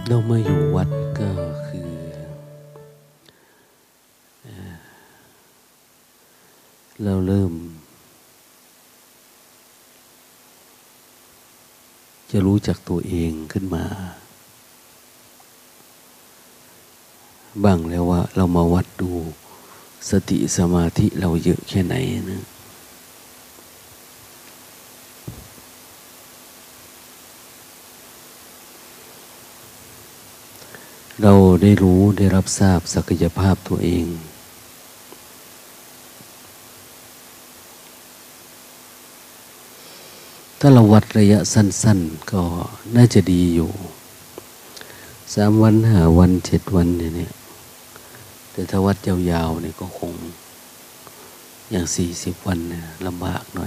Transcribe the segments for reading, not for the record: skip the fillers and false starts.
เรามาอยู่วัดก็คือเราเริ่มจะรู้จักตัวเองขึ้นมาบ้างแล้วว่าเรามาวัดดูสติสมาธิเราเยอะแค่ไหนนะเราได้รู้ได้รับทราบศักยภาพตัวเองถ้าเราวัดระยะสั้นๆก็น่าจะดีอยู่3 วัน5 วัน7 วันเนี่ยแต่ถ้าวัดยาวๆเนี่ยก็คงอย่าง40 วันเนี่ยลำบากหน่อย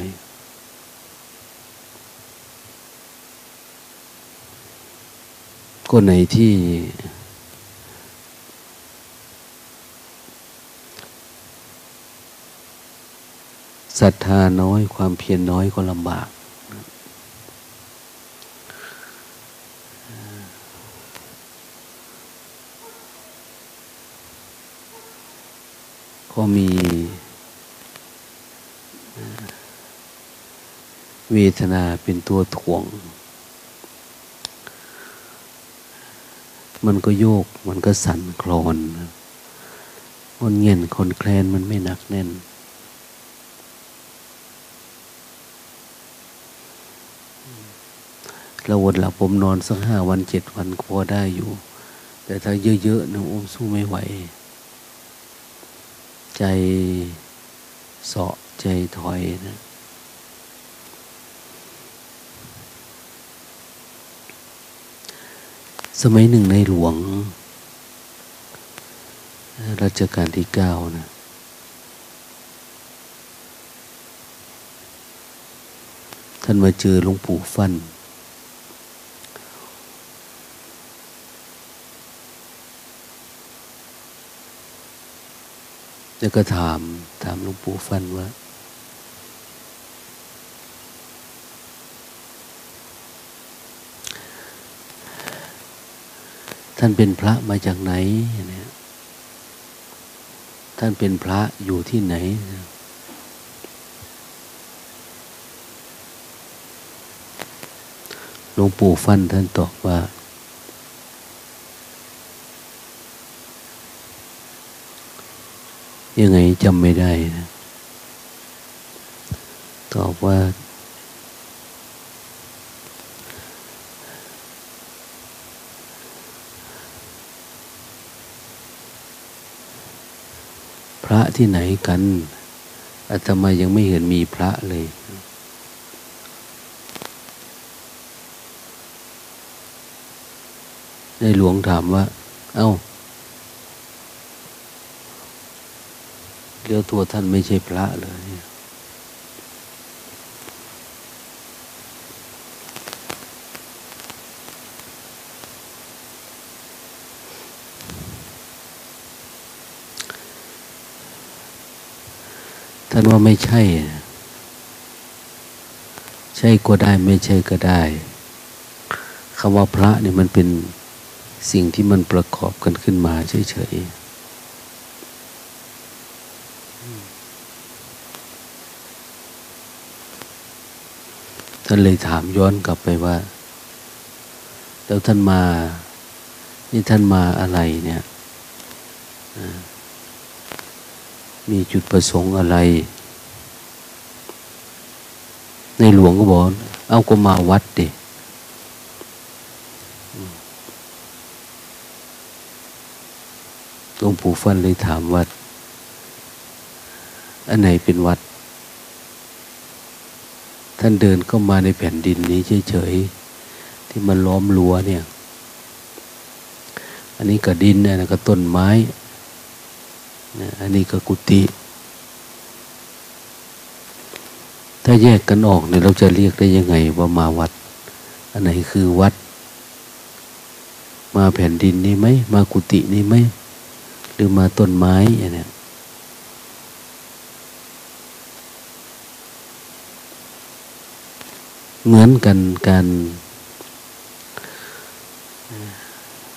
คนไหนที่ศรัทธาน้อยความเพียรน้อยก็ลำบากก็มีเวทนาเป็นตัวถ่วงมันก็โยกมันก็สั่นคลอนคนเงียนคนแคลนมันไม่หนักแน่นเราอดหลับผมนอนสัก5 วัน7 วันก็พอได้อยู่แต่ถ้าเยอะๆนะสู้ไม่ไหวใจเสาะใจถอยนะสมัยหนึ่งในหลวงรัชกาลที่9นะท่านมาเจอหลวงปู่ฟั่นแล้วก็ถามหลวงปู่ฟั่นว่าท่านเป็นพระมาจากไหนเนี่ยท่านเป็นพระอยู่ที่ไหนหลวงปู่ฟั่นท่านตอบว่ายังไงจำไม่ได้นะตอบว่าพระที่ไหนกันอาตมายังไม่เห็นมีพระเลยในหลวงถามว่าเอ้าเลี้ยวตัวท่านไม่ใช่พระเลยท่านว่าไม่ใช่ใช่ก็ได้ไม่ใช่ก็ได้คำว่าพระเนี่ยมันเป็นสิ่งที่มันประกอบกันขึ้นมาเฉยๆท่านเลยถามย้อนกลับไปว่าแล้วท่านมานี่ท่านมาอะไรเนี่ยมีจุดประสงค์อะไรในหลวงก็บอกเอาก็มาวัดดิหลวงปู่ฟั่นเลยถามว่าอันไหนเป็นวัดท่านเดินเข้ามาในแผ่นดินนี้เฉยๆที่มันล้อมรั้วเนี่ยอันนี้ก็ดินอันนั้นก็ต้นไม้อันนี้ก็กุฏิถ้าแยกกันออกเนี่ยเราจะเรียกได้ยังไงว่ามาวัดอันไหนคือวัดมาแผ่นดินนี้ไหมมากุฏินี้ไหมหรือมาต้นไม้อย่างเนี้ยเหมือนกันการ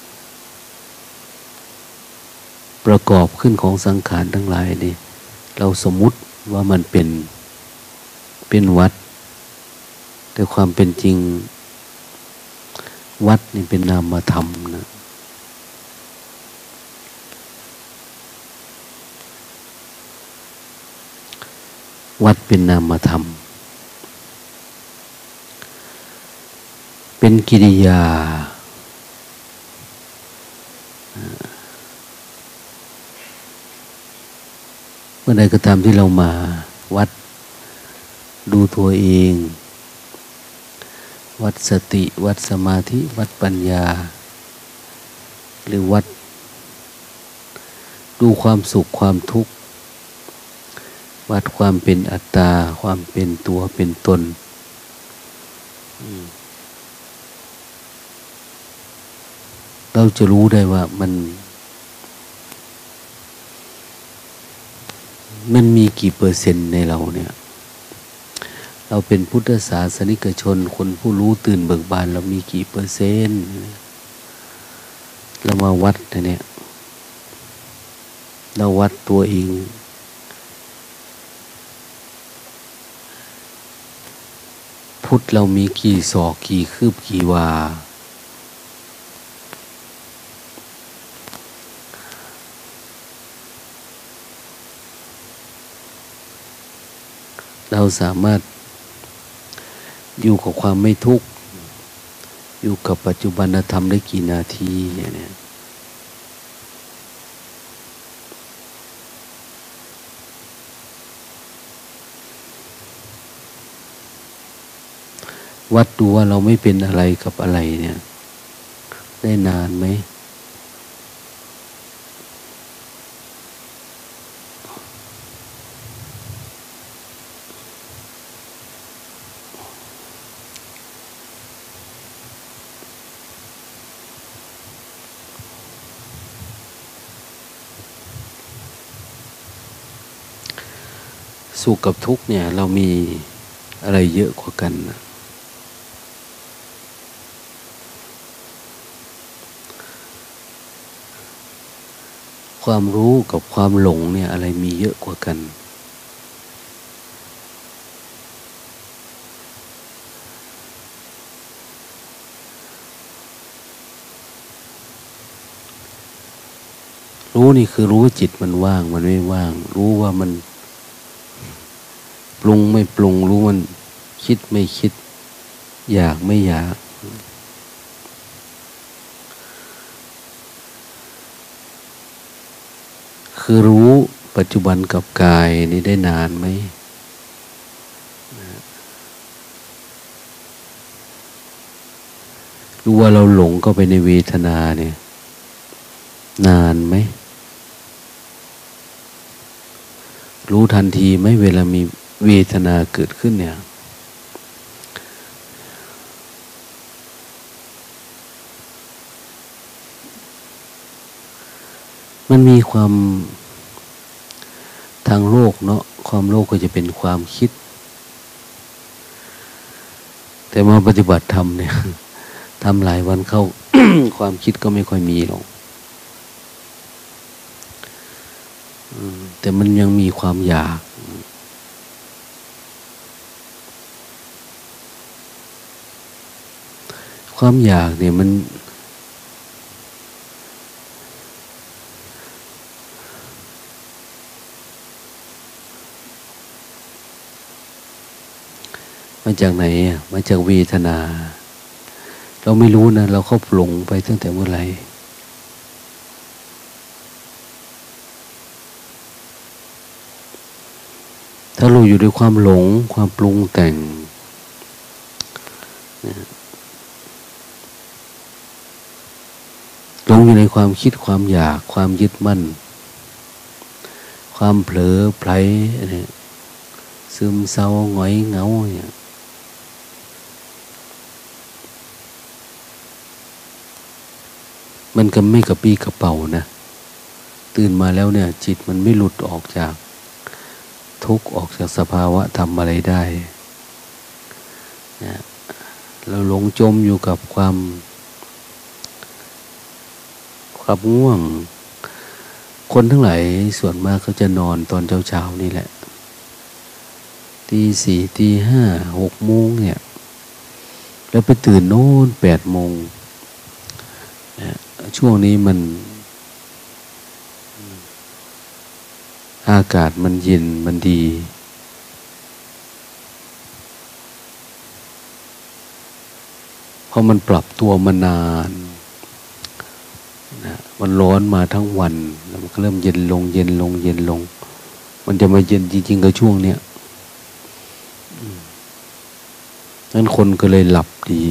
ประกอบขึ้นของสังขารทั้งหลายนี่เราสมมุติว่ามันเป็นวัฏแต่ความเป็นจริงวัฏนี่เป็นนามธรรมนะวัฏเป็นนามธรรมเป็นกิริยาเมื่อใดก็ตามที่เรามาวัดดูตัวเองวัดสติวัดสมาธิวัดปัญญาหรือวัดดูความสุขความทุกข์วัดความเป็นอัตตาความเป็นตัวเป็นตนเราจะรู้ได้ว่ามันมีกี่เปอร์เซ็นต์ในเราเนี่ยเราเป็นพุทธศาสนิกชนคนผู้รู้ตื่นเบิกบานเรามีกี่เปอร์เซ็นต์เรามาวัดเนี่ยเราวัดตัวเองพุทธเรามีกี่ศอกกี่คืบกี่วาเราสามารถอยู่กับความไม่ทุกข์อยู่กับปัจจุบันธรรมได้กี่นาทีเนี่ยวัดดูว่าเราไม่เป็นอะไรกับอะไรเนี่ยได้นานไหมสุขกับทุกข์เนี่ยเรามีอะไรเยอะกว่ากันนะความรู้กับความหลงเนี่ยอะไรมีเยอะกว่ากันรู้นี่คือรู้ว่าจิตมันว่างมันไม่ว่างรู้ว่ามันปรุงไม่ปรุงรู้มันคิดไม่คิดอยากไม่อยากคือรู้ปัจจุบันกับกายนี่ได้นานไหมรู้ว่าเราหลงเข้าไปในเวทนาเนี่ยนานไหมรู้ทันทีไหมเวลามีเวทนาเกิดขึ้นเนี่ยมันมีความทางโลกเนาะความโลกก็จะเป็นความคิดแต่มาปฏิบัติธรรมเนี่ยทำหลายวันเข้า ความคิดก็ไม่ค่อยมีหรอกแต่มันยังมีความอยากความอยากเนี่ยมันมาจากไหนมาจากเวทนาเราไม่รู้นะเราเข้าหลงไปตั้งแต่เมื่อไหร่ถ้าเราอยู่ด้วยความหลงความปรุงแต่งหลงอยู่ในความคิดความอยากความยึดมั่นความเผลอไผลเนี่ยซึมเศร้าหงอยเหงาเนี่ยมันก็ไม่กระปี้กระเป๋านะตื่นมาแล้วเนี่ยจิตมันไม่หลุดออกจากทุกข์ออกจากสภาวะธรรมอะไรได้นะเราหลงจมอยู่กับความง่วงคนทั้งหลายส่วนมากเขาจะนอนตอนเช้านี่แหละตี 4ตี 56 โมงเนี่ยแล้วไปตื่นโน่น8 โมงช่วงนี้มันอากาศมันเย็นมันดีเพราะมันปรับตัวมานานนะมันร้อนมาทั้งวันแล้วมันก็เริ่มเย็นลงเย็นลงเย็นลงมันจะมาเย็นจริงๆก็ช่วงเนี้ยนั้นคนก็เลยหลับดี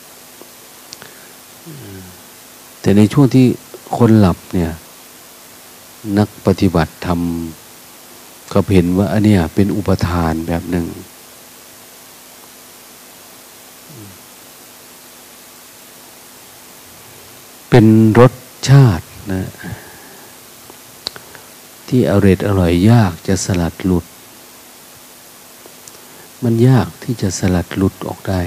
แต่ในช่วงที่คนหลับเนี่ยนักปฏิบัติธรรมก็เห็นว่าอันเนี้ยเป็นอุปทานแบบหนึ่งเป็นรสชาตินะที่อร่อยยากจะสลัดหลุดมันยากที่จะสลัดหลุดออกได้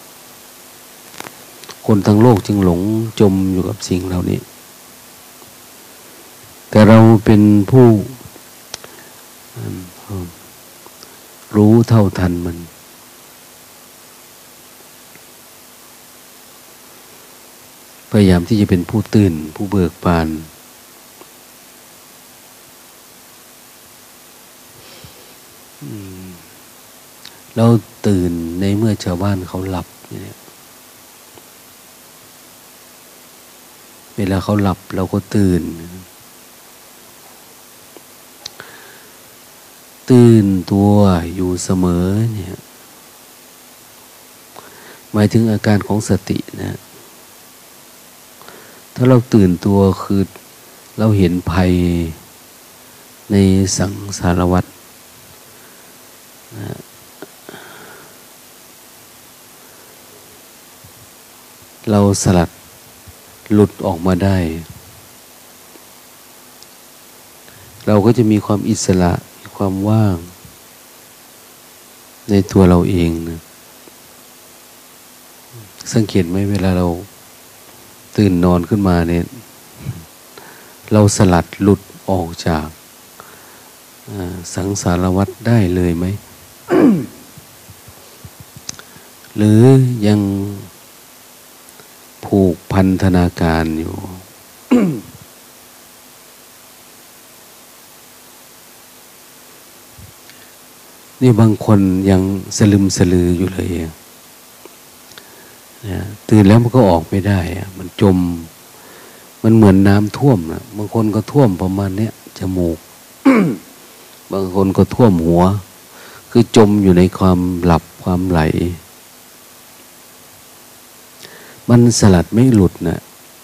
คนทั้งโลกจึงหลงจมอยู่กับสิ่งเหล่านี้แต่เราเป็นผู้รู้เท่าทันมันพยายามที่จะเป็นผู้ตื่นผู้เบิกบานเราตื่นในเมื่อชาวบ้านเขาหลับเนี่ยเวลาเขาหลับเราก็ตื่นตัวอยู่เสมอเนี่ยหมายถึงอาการของสตินะถ้าเราตื่นตัวคือเราเห็นภัยในสังสารวัฏนะเราสลัดหลุดออกมาได้เราก็จะมีความอิสระมีความว่างในตัวเราเองนะสังเกตไหมเวลาเราตื่นนอนขึ้นมาเนี่ยเราสลัดหลุดออกจากสังสารวัฏได้เลยไหม หรือยังผูกพันธนาการอยู่ นี่บางคนยังสลึมสลืออยู่เลยตื่นแล้วมันก็ออกไม่ได้มันจมมันเหมือนน้ำท่วมนะบางคนก็ท่วมประมาณเนี้ยจมูก บางคนก็ท่วมหัวคือจมอยู่ในความหลับความไหลมันสลัดไม่หลุดนะ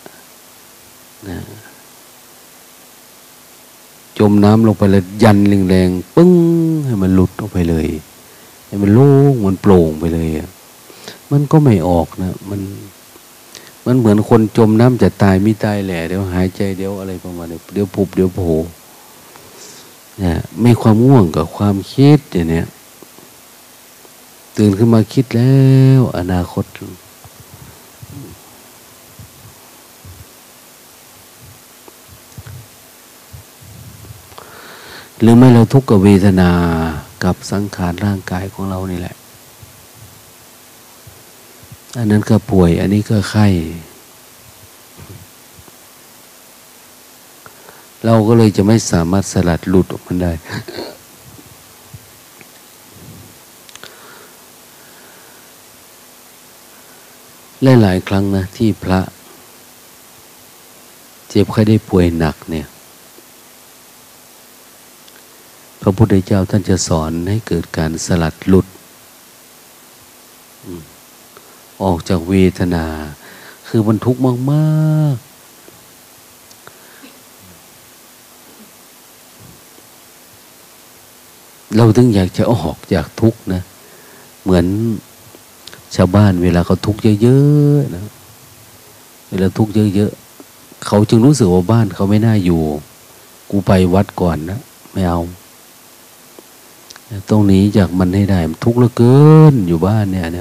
จมน้ำลงไปแล้วยันแรงๆปึ้งให้มันหลุดออกไปเลยให้มันโล่งมันโปร่งไปเลยมันก็ไม่ออกนะมันเหมือนคนจมน้ำจะตายไม่ตายแหละเดี๋ยวหายใจเดี๋ยวอะไรประมาณนี้เดี๋ยวผุบเดี๋ยวโผล่เนี่ยไม่ความง่วงกับความคิดอย่างเนี้ยตื่นขึ้นมาคิดแล้วอนาคตหรือไม่เราทุกข์กับเวทนากับสังขารร่างกายของเรานี่แหละอันนั้นก็ป่วยอันนี้ก็ไข้เราก็เลยจะไม่สามารถสลัดหลุดออกมันได้ หลายๆครั้งนะที่พระเจ็บไข้ได้ป่วยหนักเนี่ยพระพุทธเจ้าท่านจะสอนให้เกิดการสลัดหลุดออกจากเวทนาคือมันทุกข์มากๆเราถึงอยากจะออกจากทุกข์นะเหมือนชาวบ้านเวลาเขาทุกข์เยอะๆนะเวลาทุกข์เยอะๆเขาจึงรู้สึกว่าบ้านเขาไม่น่าอยู่กูไปวัดก่อนนะไม่เอาต้องหนีจากมันให้ได้มันทุกข์เหลือเกินอยู่บ้านเนี่ย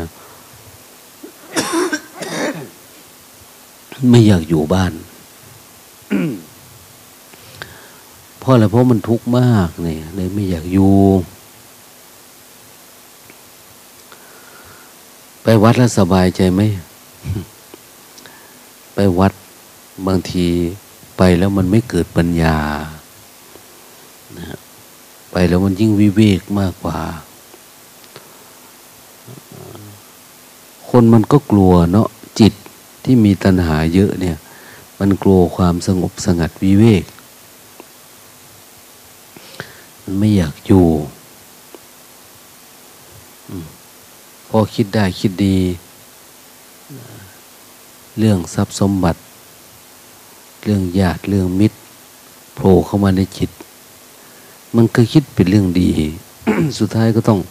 ไม่อยากอยู่บ้านเพราะอะไรเพราะมันทุกข์มากเนี่ยเลยไม่อยากอยู่ไปวัดแล้วสบายใจไหม ไปวัดบางทีไปแล้วมันไม่เกิดปัญญานะไปแล้วมันยิ่งวิเวกมากกว่าคนมันก็กลัวเนาะจิตที่มีตัณหาเยอะเนี่ยมันกลัวความสงบสงัดวิเวกมันไม่อยากอยู่พอคิดได้คิดดีเรื่องทรัพย์สมบัติเรื่องญาติเรื่องมิตรโผล่เข้ามาในจิตมันก็คิดเป็นเรื่องดี สุดท้ายก็ต้อง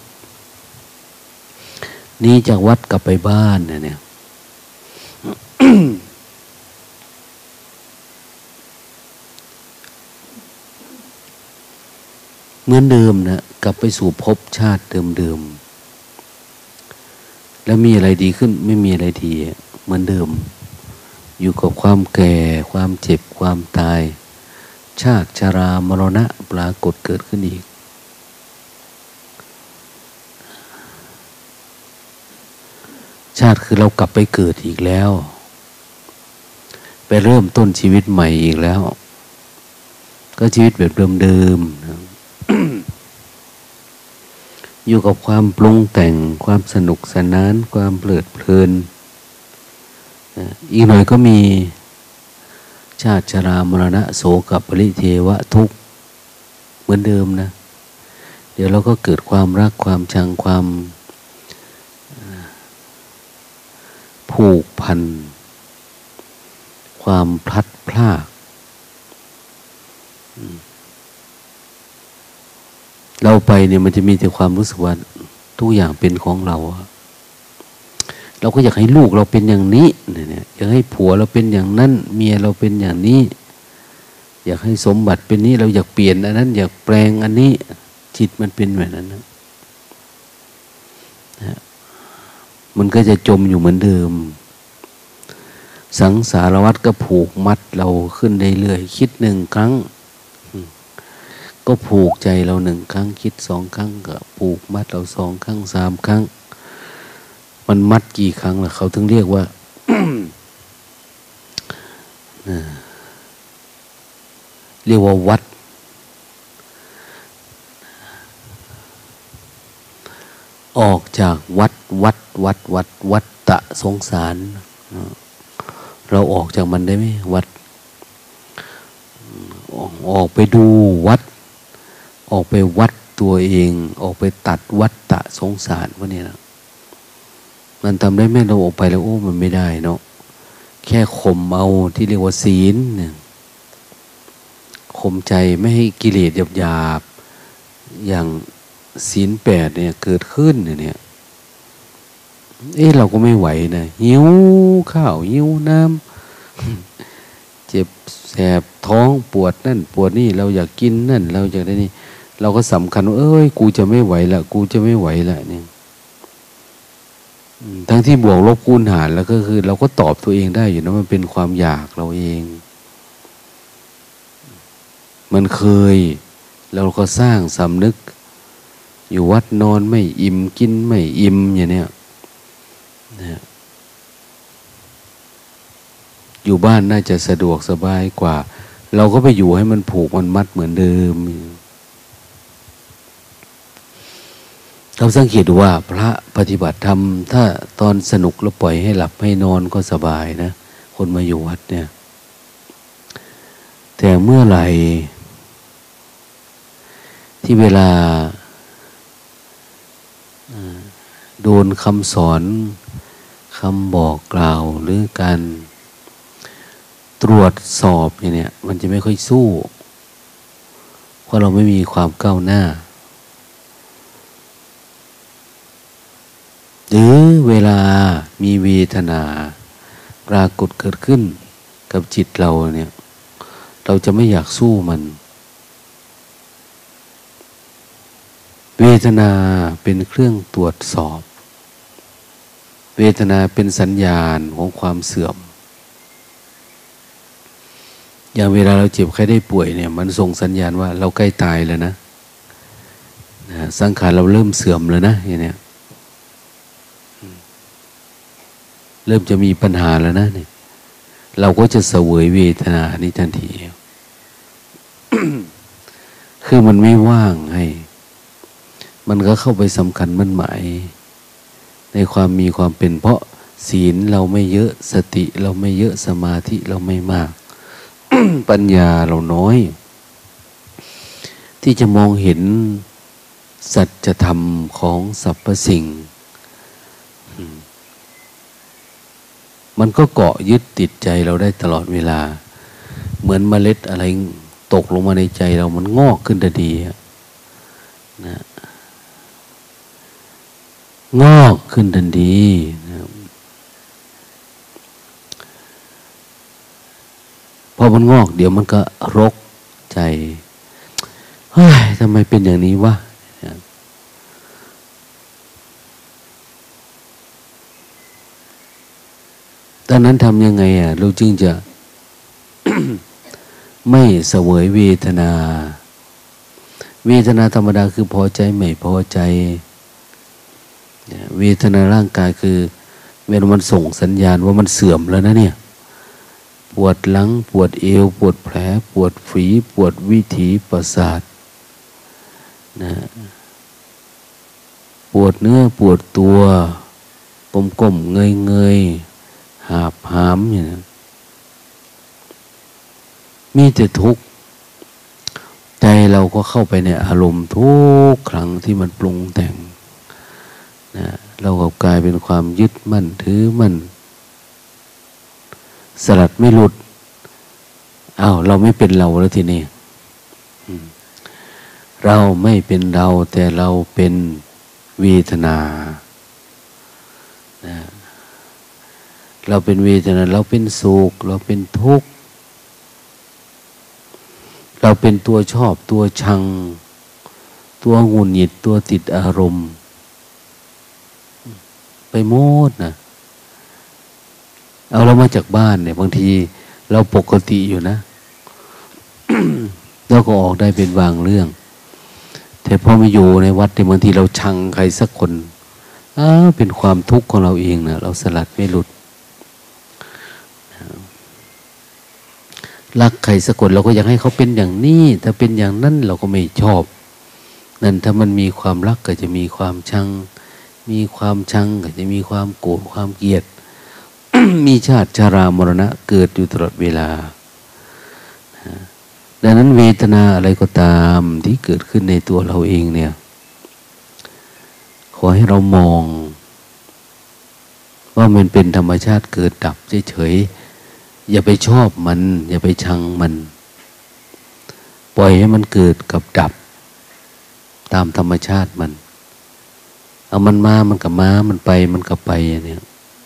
หนีจากวัดกลับไปบ้านเนี่ย เหมือนเดิมนะกลับไปสู่ภพชาติเดิมๆแล้วมีอะไรดีขึ้นไม่มีอะไรดีเหมือนเดิมอยู่กับความแก่ความเจ็บความตายชาติชรามรณะปรากฏเกิดขึ้นอีกชาติคือเรากลับไปเกิดอีกแล้วไปเริ่มต้นชีวิตใหม่อีกแล้วก็ชีวิตแบบเดิมๆนะ อยู่กับความปรุงแต่งความสนุกสนานความเพลิดเพลินอีกหน่อยก็มีชาติชรามรณะโสกปริเทวะทุกข์เหมือนเดิมนะเดี๋ยวเราก็เกิดความรักความชังความผูกพันความพลัดพรากเราไปเนี่ยมันจะมีแต่ความรู้สึกว่าทุกอย่างเป็นของเราเราก็อยากให้ลูกเราเป็นอย่างนี้เนี่ยอยากให้ผัวเราเป็นอย่างนั้นเมียเราเป็นอย่างนี้อยากให้สมบัติเป็นนี้เราอยากเปลี่ยนอันนั้นอยากแปลงอันนี้จิตมันเป็นแบบนั้นนะมันก็จะจมอยู่เหมือนเดิมสังสารวัฏก็ผูกมัดเราขึ้นเรื่อยๆคิด1 ครั้งก็ผูกใจเรา1 ครั้งคิด2 ครั้งก็ผูกมัดเรา2 ครั้ง3 ครั้งมันมัดกี่ครั้งล่ะเขาถึงเรียกว่า เรียกว่าวัดออกจากวัฏฏะสงสารเราออกจากมันได้ไหมวัดออกไปดูวัดออกไปวัดตัวเองออกไปตัดวัฏฏะสงสารพวกนี้นะมันทำได้ไหมเราออกไปแล้วโอ้มันไม่ได้เนาะแค่ข่มเอาที่เรียกว่าศีลเนี่ยข่มใจไม่ให้กิเลสหยาบๆอย่างศีล8เนี่ยเกิดขึ้นเนี่ยเราก็ไม่ไหวนะหิวข้าวหิวน้ำเจ็บแสบท้องปวดนั่นปวดนี่เราอยากกินนั่นเราอยากได้นี่เราก็สำคัญว่ากูจะไม่ไหวละกูจะไม่ไหวละเนี่ยทั้งที่บวกลบคูณหารแล้วก็คือเราก็ตอบตัวเองได้อยู่นะมันเป็นความอยากเราเองมันเคยเราก็สร้างสำนึกอยู่วัดนอนไม่อิ่มกินไม่อิ่มอย่างเนี้ยนะอยู่บ้านน่าจะสะดวกสบายกว่าเราก็ไปอยู่ให้มันผูกมันมัดเหมือนเดิมเราสังเกตดูว่าพระปฏิบัติธรรมถ้าตอนสนุกแล้วปล่อยให้หลับให้นอนก็สบายนะคนมาอยู่วัดเนี่ยแต่เมื่อไหร่ที่เวลาโดนคำสอนคำบอกกล่าวหรือการตรวจสอบอย่างเนี้ยมันจะไม่ค่อยสู้เพราะเราไม่มีความก้าวหน้าหรือเวลามีเวทนาปรากฏเกิดขึ้นกับจิตเราเนี่ยเราจะไม่อยากสู้มันเวทนาเป็นเครื่องตรวจสอบเวทนาเป็นสัญญาณของความเสื่อมอย่างเวลาเราเจ็บไข้ได้ป่วยเนี่ยมันส่งสัญญาณว่าเราใกล้ตายแล้วนะสังขารเราเริ่มเสื่อมแล้วนะอย่างเนี้ยเริ่มจะมีปัญหาแล้วนะเนี่ยเราก็จะเสวยเวทนานี้ทันที คือมันไม่ว่างให้มันก็เข้าไปสำคัญมั่นหมายในความมีความเป็นเพราะศีลเราไม่เยอะสติเราไม่เยอะสมาธิเราไม่มาก ปัญญาเราน้อยที่จะมองเห็นสัจธรรมของสรรพสิ่งมันก็เกาะยึดติดใจเราได้ตลอดเวลาเหมือนเมล็ดอะไรตกลงมาในใจเรามันงอกขึ้นทันทีนะงอกขึ้นทันทีนะพอมันงอกเดี๋ยวมันก็รกใจเฮ้ยทำไมเป็นอย่างนี้วะดังนั้นทำยังไงเราจึงจะ ไม่เสวยเวทนาเวทนาธรรมดาคือพอใจไม่พอใจเวทนาร่างกายคือเวลามันส่งสัญญาณว่ามันเสื่อมแล้วนะเนี่ยปวดหลังปวดเอวปวดแผลปวดฝีปวดวิถีประสาทนะปวดเนื้อปวดตัวก้มๆเงยหาบหามอย่างนี้มีแต่ทุกข์ใจเราก็เข้าไปในอารมณ์ทุกครั้งที่มันปรุงแต่งนะเราก็กลายเป็นความยึดมั่นถือมั่นสลัดไม่หลุดเราไม่เป็นเราแล้วทีนี้เราไม่เป็นเราแต่เราเป็นเวทนานะเราเป็นเวทนาเราเป็นสุขเราเป็นทุกข์เราเป็นตัวชอบตัวชังตัวหงุดหงิดตัวติดอารมณ์ไปหมดนะเรามาจากบ้านเนี่ยบางทีเราปกติอยู่นะ เราก็ออกได้เป็นบางเรื่องแต่พอมาอยู่ในวัดเนี่ยบางทีเราชังใครสักคนเป็นความทุกข์ของเราเองนะเราสลัดไม่หลุดรักใครสักคนเราก็อยากให้เขาเป็นอย่างนี้ถ้าเป็นอย่างนั้นเราก็ไม่ชอบนั่นถ้ามันมีความรักก็จะมีความชังมีความชังก็จะมีความโกรธความเกลียด มีชาติชรามรณะเกิดอยู่ตลอดเวลาดังนั้นเวทนาอะไรก็ตามที่เกิดขึ้นในตัวเราเองเนี่ยขอให้เรามองว่ามันเป็นธรรมชาติเกิดดับเฉยๆอย่าไปชอบมันอย่าไปชังมันปล่อยให้มันเกิดกับดับตามธรรมชาติมันเอามันมามันก็มามันไปมันก็ไปอย่างเนี้ย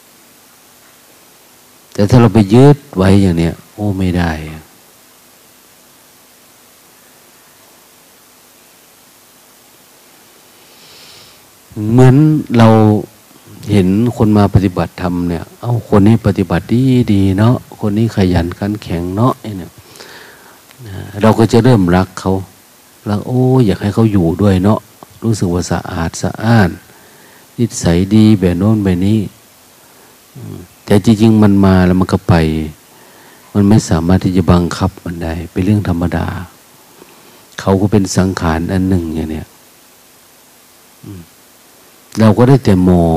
แต่ถ้าเราไปยึดไว้อย่างเนี้ยโอ้ไม่ได้เหมือนเราเห็นคนมาปฏิบัติธรรมเนี่ยคนนี้ปฏิบัติดีเนาะคนนี้ขยันขันแข็งเนาะเนี่ยเราก็จะเริ่มรักเขารักอยากให้เขาอยู่ด้วยเนาะรู้สึกว่าสะอาดสะอ้านนิสัยดีแบบโน้นแบบนี้แต่จริงๆมันมาแล้วมันก็ไปมันไม่สามารถที่จะบังคับมันได้เป็นเรื่องธรรมดาเขาก็เป็นสังขารอันหนึ่งอย่างเนี้ยเราก็ได้แต่มอง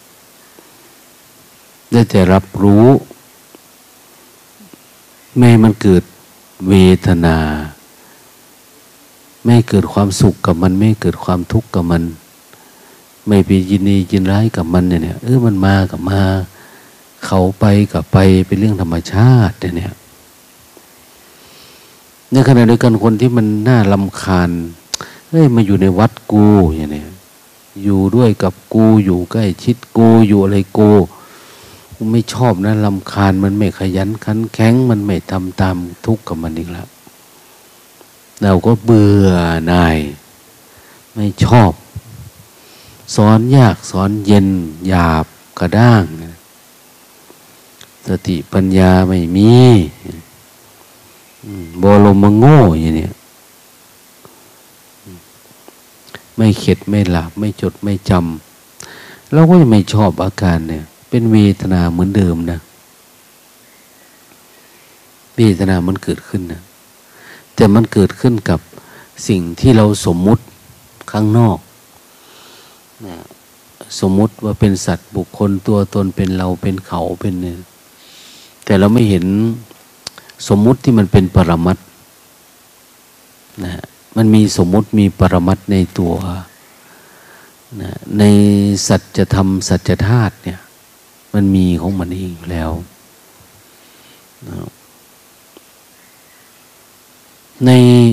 ได้แต่รับรู้ไม่ให้มันเกิดเวทนาไม่เกิดความสุขกับมันไม่เกิดความทุกข์กับมันไม่ไปยินดียินร้ายกับมันเนี่ยมันมากับมาเขาไปกับไปเป็นเรื่องธรรมชาติเนี่ยในขณะเดียวกันคนที่มันน่ารำคาญมาอยู่ในวัดกูอย่างเนี้ยอยู่ด้วยกับกูอยู่ใกล้ชิดกูอยู่อะไรกูไม่ชอบนะรำคาญมันไม่ขยันขันแข็งมันไม่ทำตามทุกข์กับมันอีกแล้วเราก็เบื่อหน่ายไม่ชอบสอนยากสอนเย็นหยาบกระด้างสติปัญญาไม่มีบอลมมาโง่อย่างเนี้ยไม่เข็ดไม่หลับไม่จดไม่จำเราก็ยังไม่ชอบอาการเนี่ยเป็นเวทนาเหมือนเดิมนะเวทนามันเกิดขึ้นนะแต่มันเกิดขึ้นกับสิ่งที่เราสมมุติข้างนอกนะสมมุติว่าเป็นสัตว์บุคคลตัวตนเป็นเราเป็นเขาเป็นเนี่ยแต่เราไม่เห็นสมมุติที่มันเป็นปรมัตถ์นะมันมีสมมุติมีปรมัตถ์ในตัวนะในสัจธรรมสัจธาตุเนี่ยมันมีของมันเองอยู่แล้วนะใน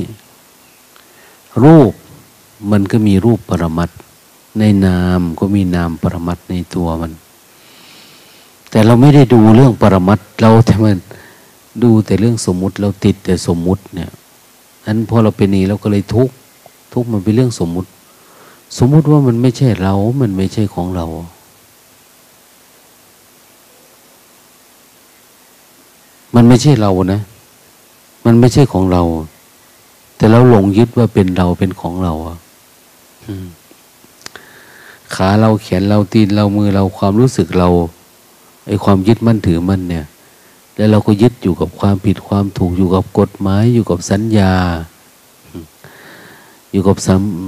รูปมันก็มีรูปปรมัตถ์ในนามก็มีนามปรมัตถ์ในตัวมันแต่เราไม่ได้ดูเรื่องปรมัตถ์เราแต่มันดูแต่เรื่องสมมุติเราติดแต่สมมุติเนี่ยนั้นพอเราเป็นนี้เราก็เลยทุกข์มันเป็นเรื่องสมมุติว่ามันไม่ใช่เรามันไม่ใช่ของเรามันไม่ใช่เรานะมันไม่ใช่ของเราแต่เราหลงยึดว่าเป็นเราเป็นของเราขาเราแขนเราตีนเรามือเราความรู้สึกเราไอ้ความยึดมั่นถือมั่นเนี่ยแล้วเราก็ยึดอยู่กับความผิดความถูกอยู่กับกฎหมายอยู่กับสัญญาอยู่กับ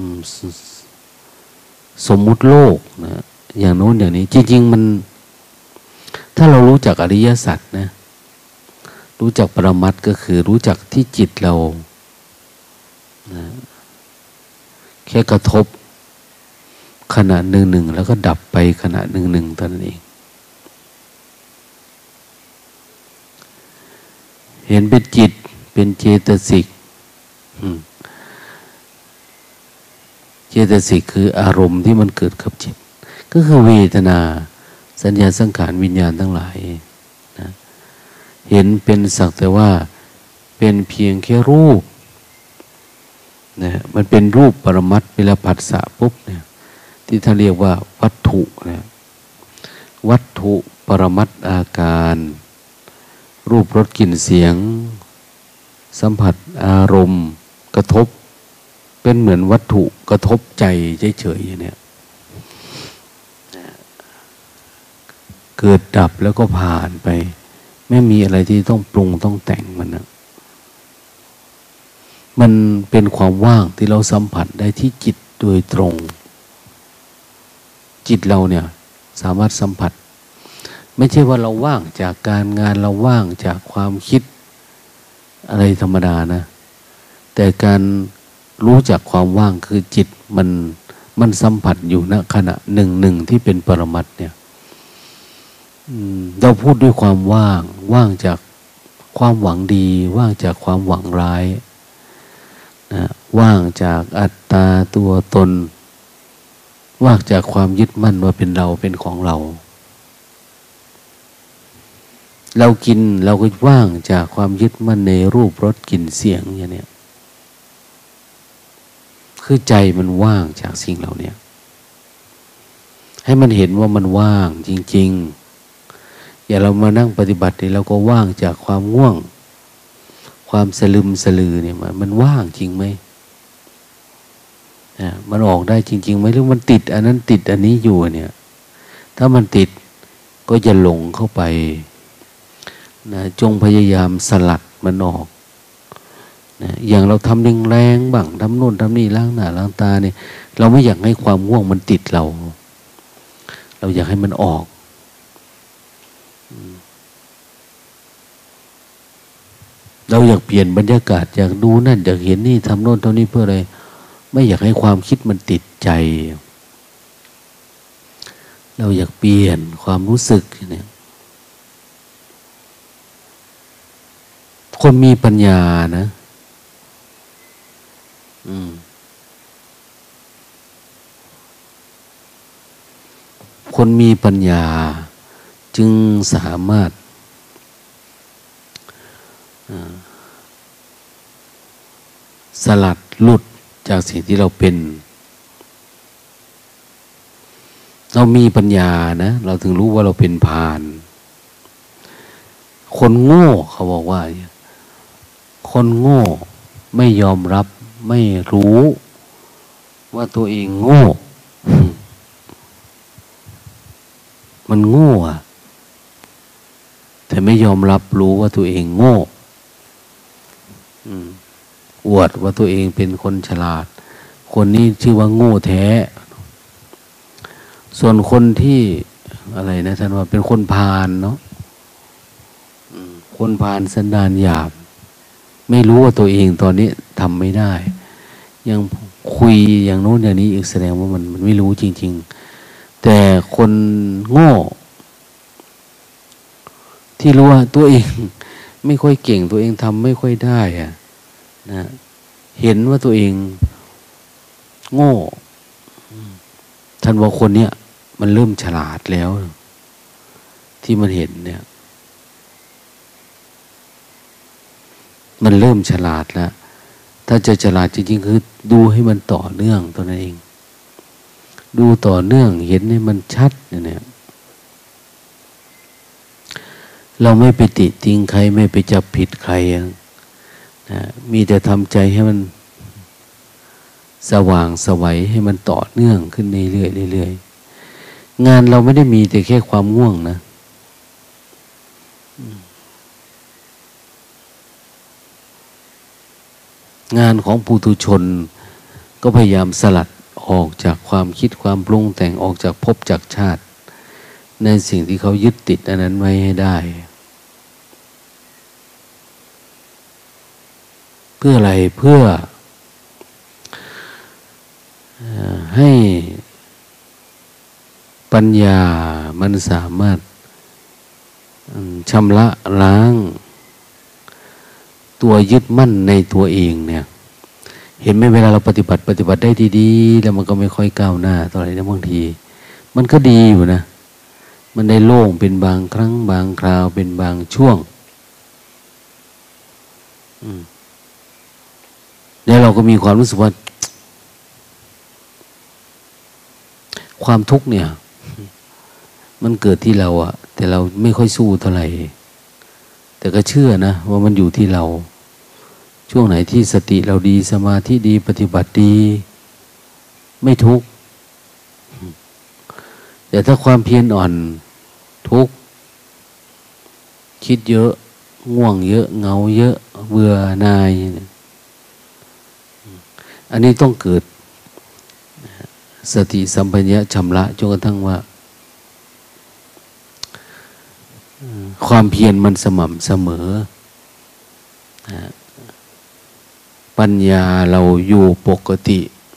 สมมุติโลกนะอย่างโน้นอย่างนี้จริงๆมันถ้าเรารู้จักอริยสัจนะรู้จักปรมัตถ์ก็คือรู้จักที่จิตเรานะแค่กระทบขณะหนึ่งแล้วก็ดับไปขณะหนึ่งเท่านั้นเองเห็นเป็นจิตเป็นเจตสิกเจตสิกคืออารมณ์ที่มันเกิดกับจิตก็คือเวทนาสัญญาสังขารวิญญาณทั้งหลายนะเห็นเป็นสักแต่ว่าเป็นเพียงแค่รูปนะมันเป็นรูปปรมัตถ์เวลาผัสสะปุ๊บเนี่ยที่ท่านเรียกว่าวัตถุนะวัตถุปรมัตถ์อาการรูปรสกลิ่นเสียงสัมผัสอารมณ์กระทบเป็นเหมือนวัตถุกระทบใจเฉยๆเนี่ยเกิดดับแล้วก็ผ่านไปไม่มีอะไรที่ต้องปรุงต้องแต่งมันนะมันเป็นความว่างที่เราสัมผัสได้ที่จิตโดยตรงจิตเราเนี่ยสามารถสัมผัสไม่ใช่ว่าเราว่างจากการงานเราว่างจากความคิดอะไรธรรมดานะแต่การรู้จักความว่างคือจิตมันสัมผัสอยู่ณขณะหนึ่งที่เป็นปรมัตถ์เนี่ยเราพูดด้วยความว่างจากความหวังดีว่างจากความหวังร้ายนะว่างจากอัตตาตัวตนว่างจากความยึดมั่นว่าเป็นเราเป็นของเราเรากินเราก็ว่างจากความยึดมั่นในรูปรสกลิ่นเสียงอย่างเนี้ยคือใจมันว่างจากสิ่งเหล่านี้ให้มันเห็นว่ามันว่างจริงๆอย่าเรามานั่งปฏิบัติเนี่ยเราก็ว่างจากความง่วงความสลึมสลือเนี่ยมันว่างจริงไหมมันออกได้จริงๆไหมหรือมันติดอันนั้นติดอันนี้อยู่เนี่ยถ้ามันติดก็จะหลงเข้าไปนะจงพยายามสลัดมันออกนะอย่างเราทำแรงๆบ้างทำโน่นทำนี่ล้างหน้าล้างตาเนี่ยเราไม่อยากให้ความง่วงมันติดเราอยากให้มันออกเราอยากเปลี่ยนบรรยากาศอยากดูนั่นอยากเห็นนี่ทำโน่นทำนี่เพื่ออะไรไม่อยากให้ความคิดมันติดใจเราอยากเปลี่ยนความรู้สึกเนี่ยคนมีปัญญานะคนมีปัญญาจึงสามารถสลัดหลุดจากสิ่งที่เราเป็นเรามีปัญญานะเราถึงรู้ว่าเราเป็นพาลคนโง่เขาบอกว่าคคนโง่ไม่ยอมรับไม่รู้ว่าตัวเองโง่มันโง่อะแต่ไม่ยอมรับรู้ว่าตัวเองโง่อวดว่าตัวเองเป็นคนฉลาดคนนี้ชื่อว่าโง่แท้ส่วนคนที่อะไรนะท่านว่าเป็นคนพาลเนาะคนพาลสันดานหยาบไม่รู้ว่าตัวเองตอนนี้ทำไม่ได้ยังคุยอย่างโน้นอย่างนี้อีกแสดงว่ามันไม่รู้จริงๆแต่คนโง่ที่รู้ว่าตัวเองไม่ค่อยเก่งตัวเองทำไม่ค่อยได้อะนะเห็นว่าตัวเองโง่ท่านว่าคนเนี้ยมันเริ่มฉลาดแล้วที่มันเห็นเนี่ยมันเริ่มฉลาดแล้วถ้าจะฉลาดจริงๆคือดูให้มันต่อเนื่องตัวนั้นเองดูต่อเนื่องเห็นให้มันชัดเนี่ยเราไม่ไปติติงใครไม่ไปจับผิดใครนะมีแต่ทำใจให้มันสว่างไสวให้มันต่อเนื่องขึ้นเรื่อยๆเรื่อยๆงานเราไม่ได้มีแต่แค่ความง่วงนะงานของปุถุชนก็พยายามสลัดออกจากความคิดความปรุงแต่งออกจากภพจากชาติในสิ่งที่เขายึดติดอันนั้นไว้ให้ได้เพื่ออะไรเพื่อให้ปัญญามันสามารถชำระล้างตัวยึดมั่นในตัวเองเนี่ยเห็นไหมเวลาเราปฏิบัติได้ดีๆแล้วมันก็ไม่ค่อยก้าวหน้าต่ออะไรนะบางทีมันก็ดีอยู่นะมันได้โล่งเป็นบางครั้งบางคราวเป็นบางช่วงแล้วเราก็มีความรู้สึกว่าความทุกข์เนี่ยมันเกิดที่เราอะแต่เราไม่ค่อยสู้เท่าไหร่แต่ก็เชื่อนะว่ามันอยู่ที่เราช่วงไหนที่สติเราดีสมาธิดีปฏิบัติดีไม่ทุกข์แต่ถ้าความเพียรอ่อนทุกข์คิดเยอะง่วงเยอะเหงาเยอะเบื่อหน่ายอันนี้ต้องเกิดสติสัมปชัญญะชำระจนกระทั่งว่าความเพียรมันสม่ำเสมอปัญญาเราอยู่ปกติ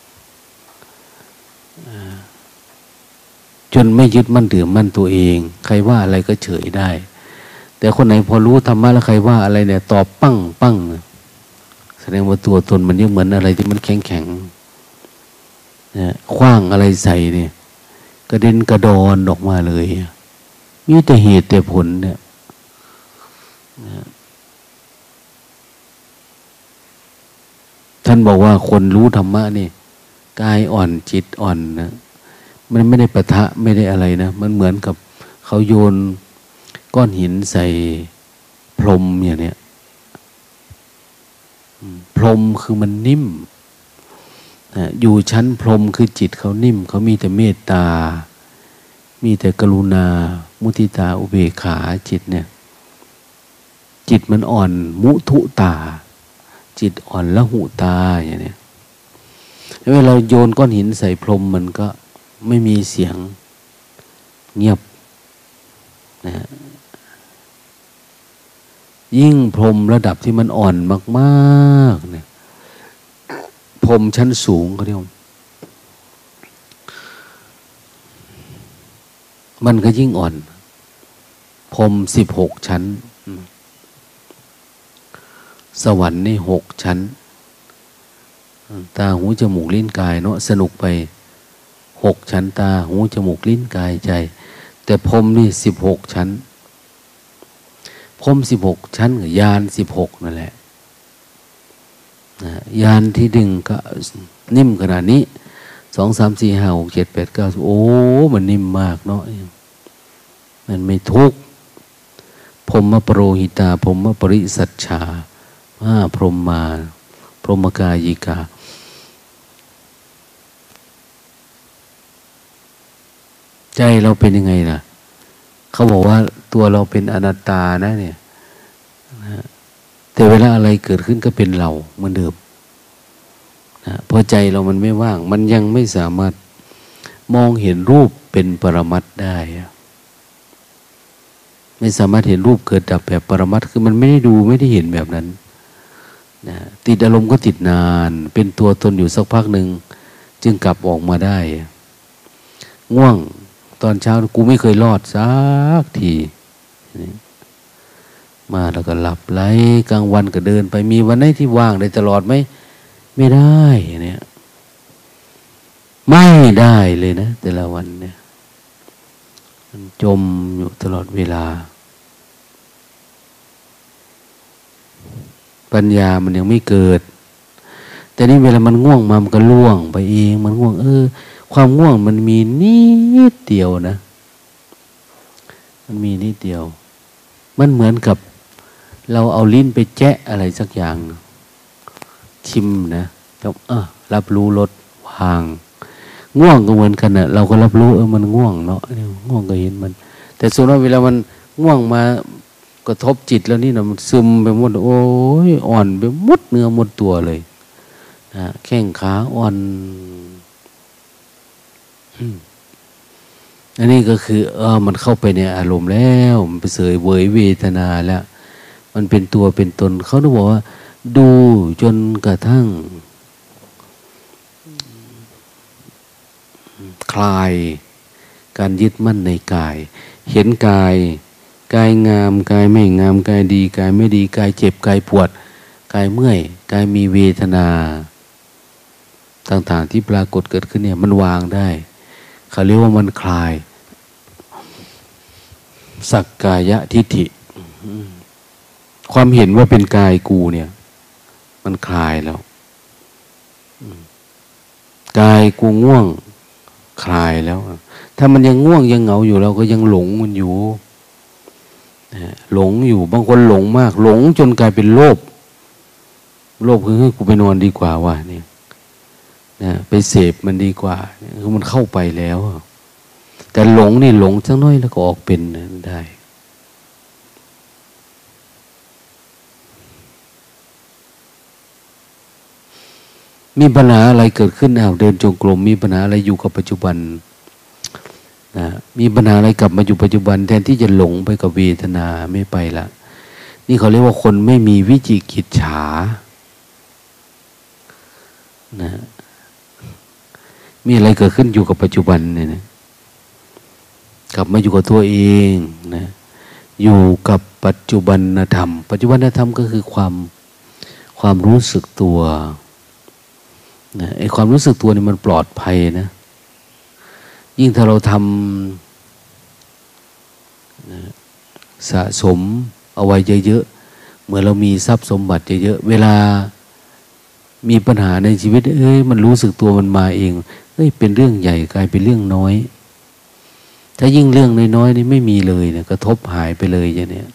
จนไม่ยึดมั่นถือมั่นตัวเองใครว่าอะไรก็เฉยได้แต่คนไหนพอรู้ธรรมะแล้วใครว่าอะไรเนี่ยตอบปั้งปั้งแสดงว่าตัวตนมันยังเหมือนอะไรที่มันแข็งแข็งขว้างอะไรใส่เนี่ยกระเด็นกระดอนออกมาเลยมีแต่เหตุแต่ผลเนี่ยท่านบอกว่าคนรู้ธรรมะนี่กายอ่อนจิตอ่อนนะมันไม่ได้ปะทะไม่ได้อะไรนะมันเหมือนกับเขาโยนก้อนหินใส่พรมอย่างเนี้ยพรมคือมันนิ่มอยู่ชั้นพรมคือจิตเขานิ่มเขามีแต่เมตตามีแต่กรุณามุทิตาอุเบกขาจิตเนี่ยจิตมันอ่อนมุทุตาจิตอ่อนละหุตาอย่างนี้เวลาโยนก้อนหินใส่พรมมันก็ไม่มีเสียงเงียบนะยิ่งพรมระดับที่มันอ่อนมากๆเนี่ยพรมชั้นสูงเขาเรียกมันก็ยิ่งอ่อนพรม16 ชั้นสวรรค์นี่6 ชั้นตาหูจมูกลิ้นกายเนาะสนุกไป6 ชั้นตาหูจมูกลิ้นกายใจแต่พรมนี่16 ชั้นพรม16 ชั้นกับยาน16นั่นแหละยานที่ดึงก็นิ่มขนาดนี้2 3 4 5 6 7 8 9โอ้มันนิ่มมากเนาะมันไม่ทุกข์พรหมปโรหิตาพรหมปริสัชชาพรหมมาพรหมกายิกาใจเราเป็นยังไงล่ะเขาบอกว่าตัวเราเป็นอนัตตานะเนี่ยนะแต่เวลาอะไรเกิดขึ้นก็เป็นเราเหมือนเดิมนะเพราะใจเรามันไม่ว่างมันยังไม่สามารถมองเห็นรูปเป็นปรมัตถ์ได้ไม่สามารถเห็นรูปเกิดดับแบบปรมัตถ์คือมันไม่ได้ดูไม่ได้เห็นแบบนั้นนะติดอารมณ์ก็ติดนานเป็นตัวตนอยู่สักพักหนึ่งจึงกลับออกมาได้ง่วงตอนเช้ากูไม่เคยรอดสักทีมาแล้วก็หลับไหลกลางวันก็เดินไปมีวันไหนที่ว่างได้ตลอดไหมไม่ได้เนี่ยไม่ได้เลยนะแต่ละวันเนี่ยมันจมอยู่ตลอดเวลาปัญญามันยังไม่เกิดแต่นี่เวลามันง่วงมามันก็ล่วงไปเองมันง่วงความง่วงมันมีนิดเดียวนะมันมีนิดเดียวมันเหมือนกับเราเอาลิ้นไปแจะอะไรสักอย่างชิมนะแล้วรับรู้รสวางง่วงก็เหมือนกันนะเราก็รับรู้มันง่วงเนาะง่วงก็เห็นมันแต่ส่วนว่าเวลามันง่วงมากระทบจิตแล้วนี่นะมันซึมไปหมดโอ้ยอ่อนไปหมดเนื้อหมดตัวเลยนะแข้งขาอ่อนอันนี้ก็คือมันเข้าไปในอารมณ์แล้วมันไปเสยเวยเวทนาแล้วมันเป็นตัวเป็นตนเขาต้องบอกว่าดูจนกระทั่งคลายการยึดมั่นในกายเห็นกายงามกายไม่งามกายดีกายไม่ดีกายเจ็บกายปวดกายเมื่อยกายมีเวทนาต่างๆที่ปรากฏเกิดขึ้นเนี่ยมันวางได้เขาเรียกว่ามันคลายสักกายทิฏฐิความเห็นว่าเป็นกายกูเนี่ยมันคลายแล้วกายกูง่วงคลายแล้วถ้ามันยังง่วงยังเหงาอยู่เราก็ยังหลงมันอยู่หลงอยู่บางคนหลงมากหลงจนกลายเป็นโลภคือกูไปนอนดีกว่าว่ะเนี่ยนะไปเสพมันดีกว่าคือมันเข้าไปแล้วแต่หลงนี่หลงสักน้อยแล้วก็ออกเป็นได้มีปัญหาอะไรเกิดขึ้นเดินจงกรมมีปัญหาอะไรอยู่กับปัจจุบันนะมีปัญหาอะไรกลับมาอยู่ปัจจุบันแทนที่จะหลงไปกับเวทนาไม่ไปละนี่เขาเรียกว่าคนไม่มีวิจิกิจฉานะมีอะไรเกิดขึ้นอยู่กับปัจจุบันเนี่ยนะกลับมาอยู่กับตัวเองนะอยู่กับปัจจุบันธรรมปัจจุบันธรรมก็คือความรู้สึกตัวนะไอ้ความรู้สึกตัวนี่มันปลอดภัยนะยิ่งถ้าเราทำนะสะสมเอาไว้เยอะๆเมื่อเรามีทรัพย์สมบัติเยอะๆเวลามีปัญหาในชีวิตมันรู้สึกตัวมันมาเองเป็นเรื่องใหญ่กลายเป็นเรื่องน้อยถ้ายิ่งเรื่องน้อยๆนี่ไม่มีเลยนะกระทบหายไปเลยอย่างเนี้ย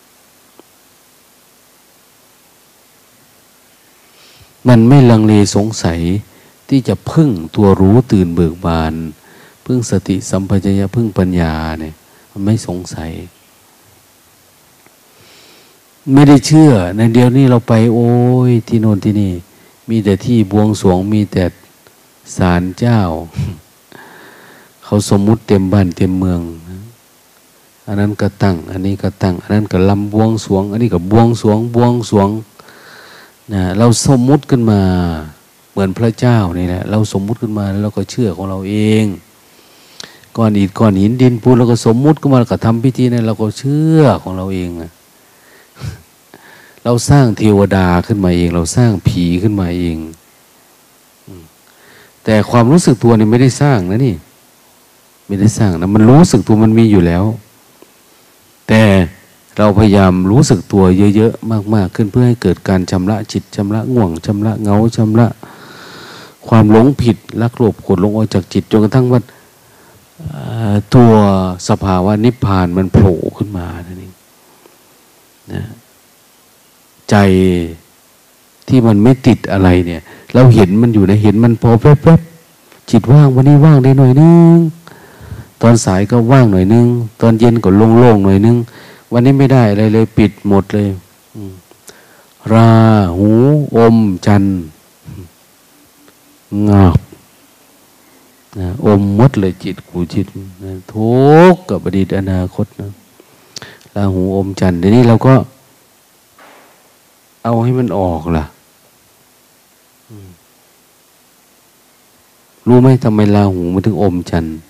มันไม่ลังเลสงสัยที่จะพึ่งตัวรู้ตื่นเบิกบานพึ่งสติสัมปชัญญะพึ่งปัญญาเนี่ยมันไม่สงสัยไม่ได้เชื่อในเดียวนี้เราไปโอ้ยที่โน่นที่นี่มีแต่ที่บวงสรวงมีแต่ศาลเจ้าเขาสมมุติเต็มบ้านเต็มเมืองอันนั้นก็ตั้งอันนี้ก็ตั้งอันนั้นก็ลำบวงสรวงอันนี้ก็บวงสรวงนะเราสมมุติขึ้นมาเหมือนพระเจ้านี่แหละเราสมมุติขึ้นมาแล้วเราก็เชื่อของเราเองก้อนอิฐก้อนหินดินปูนเราก็สมมุติขึ้นมาแล้วก็ทำพิธีนั้นเราก็เชื่อของเราเองเราสร้างเทวดาขึ้นมาเองเราสร้างผีขึ้นมาเองแต่ความรู้สึกตัวนี่ไม่ได้สร้างนะนี่ไม่ได้สร้างนะมันรู้สึกตัวมันมีอยู่แล้วแต่เราพยายามรู้สึกตัวเยอะๆมากๆขึ้นเพื่อให้เกิดการชำระจิตชำระง่วงชำระเหงาชำระความหลงผิดรักโลภโกรธหลงออกจากจิตจนกระทั่งว่าตัวสภาวะนิพพานมันโผล่ขึ้นมานั่นเองนะใจที่มันไม่ติดอะไรเนี่ย เราเห็นมันอยู่นะเห็นมันพอแป๊บๆจิตว่างวันนี้ว่างได้หน่อยนึงตอนสายก็ว่างหน่อยนึงตอนเย็นก็โล่งๆหน่อยนึงวันนี้ไม่ได้อะไรเลยปิดหมดเลยราหูอมจันทร์งาบนะอมมดเลยจิตกูจิตนะทุกข์กับอดีตอนาคตนะราหูอมจันทร์เดี๋ยวนี้เราก็เอาให้มันออกล่ะรู้ไหมทำไมราหูมันถึงอมจันทร์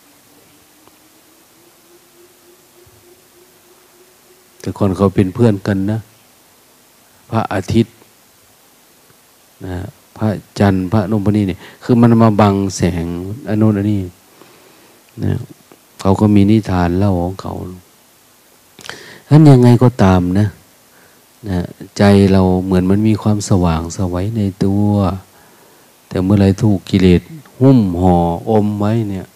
แต่ก่อนเขาเป็นเพื่อนกันนะพระอาทิตย์นะพระจันทร์พระนพนี่เนี่ยคือมันมาบังแสงอนุนอันนี้นะเขาก็มีนิทานเล่าของเขาฉะนั้นยังไงก็ตามนะใจเราเหมือนมันมีความสว่างสวัยในตัวแต่เมื่อไรถูกกิเลสหุ้มห่ออมไว้เนี่ย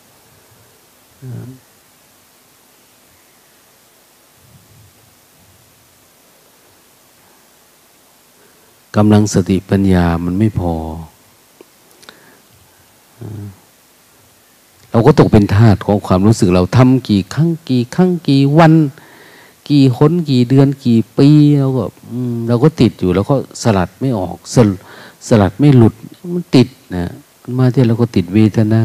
กำลังสติปัญญามันไม่พอเราก็ตกเป็นทาสของความรู้สึกเราทำกี่ครั้งกี่วันกี่หนกี่เดือนกี่ปีเราก็ติดอยู่แล้วก็สลัดไม่ออกสลัดไม่หลุดมันติดนะมาที่เราก็ติดเวทนา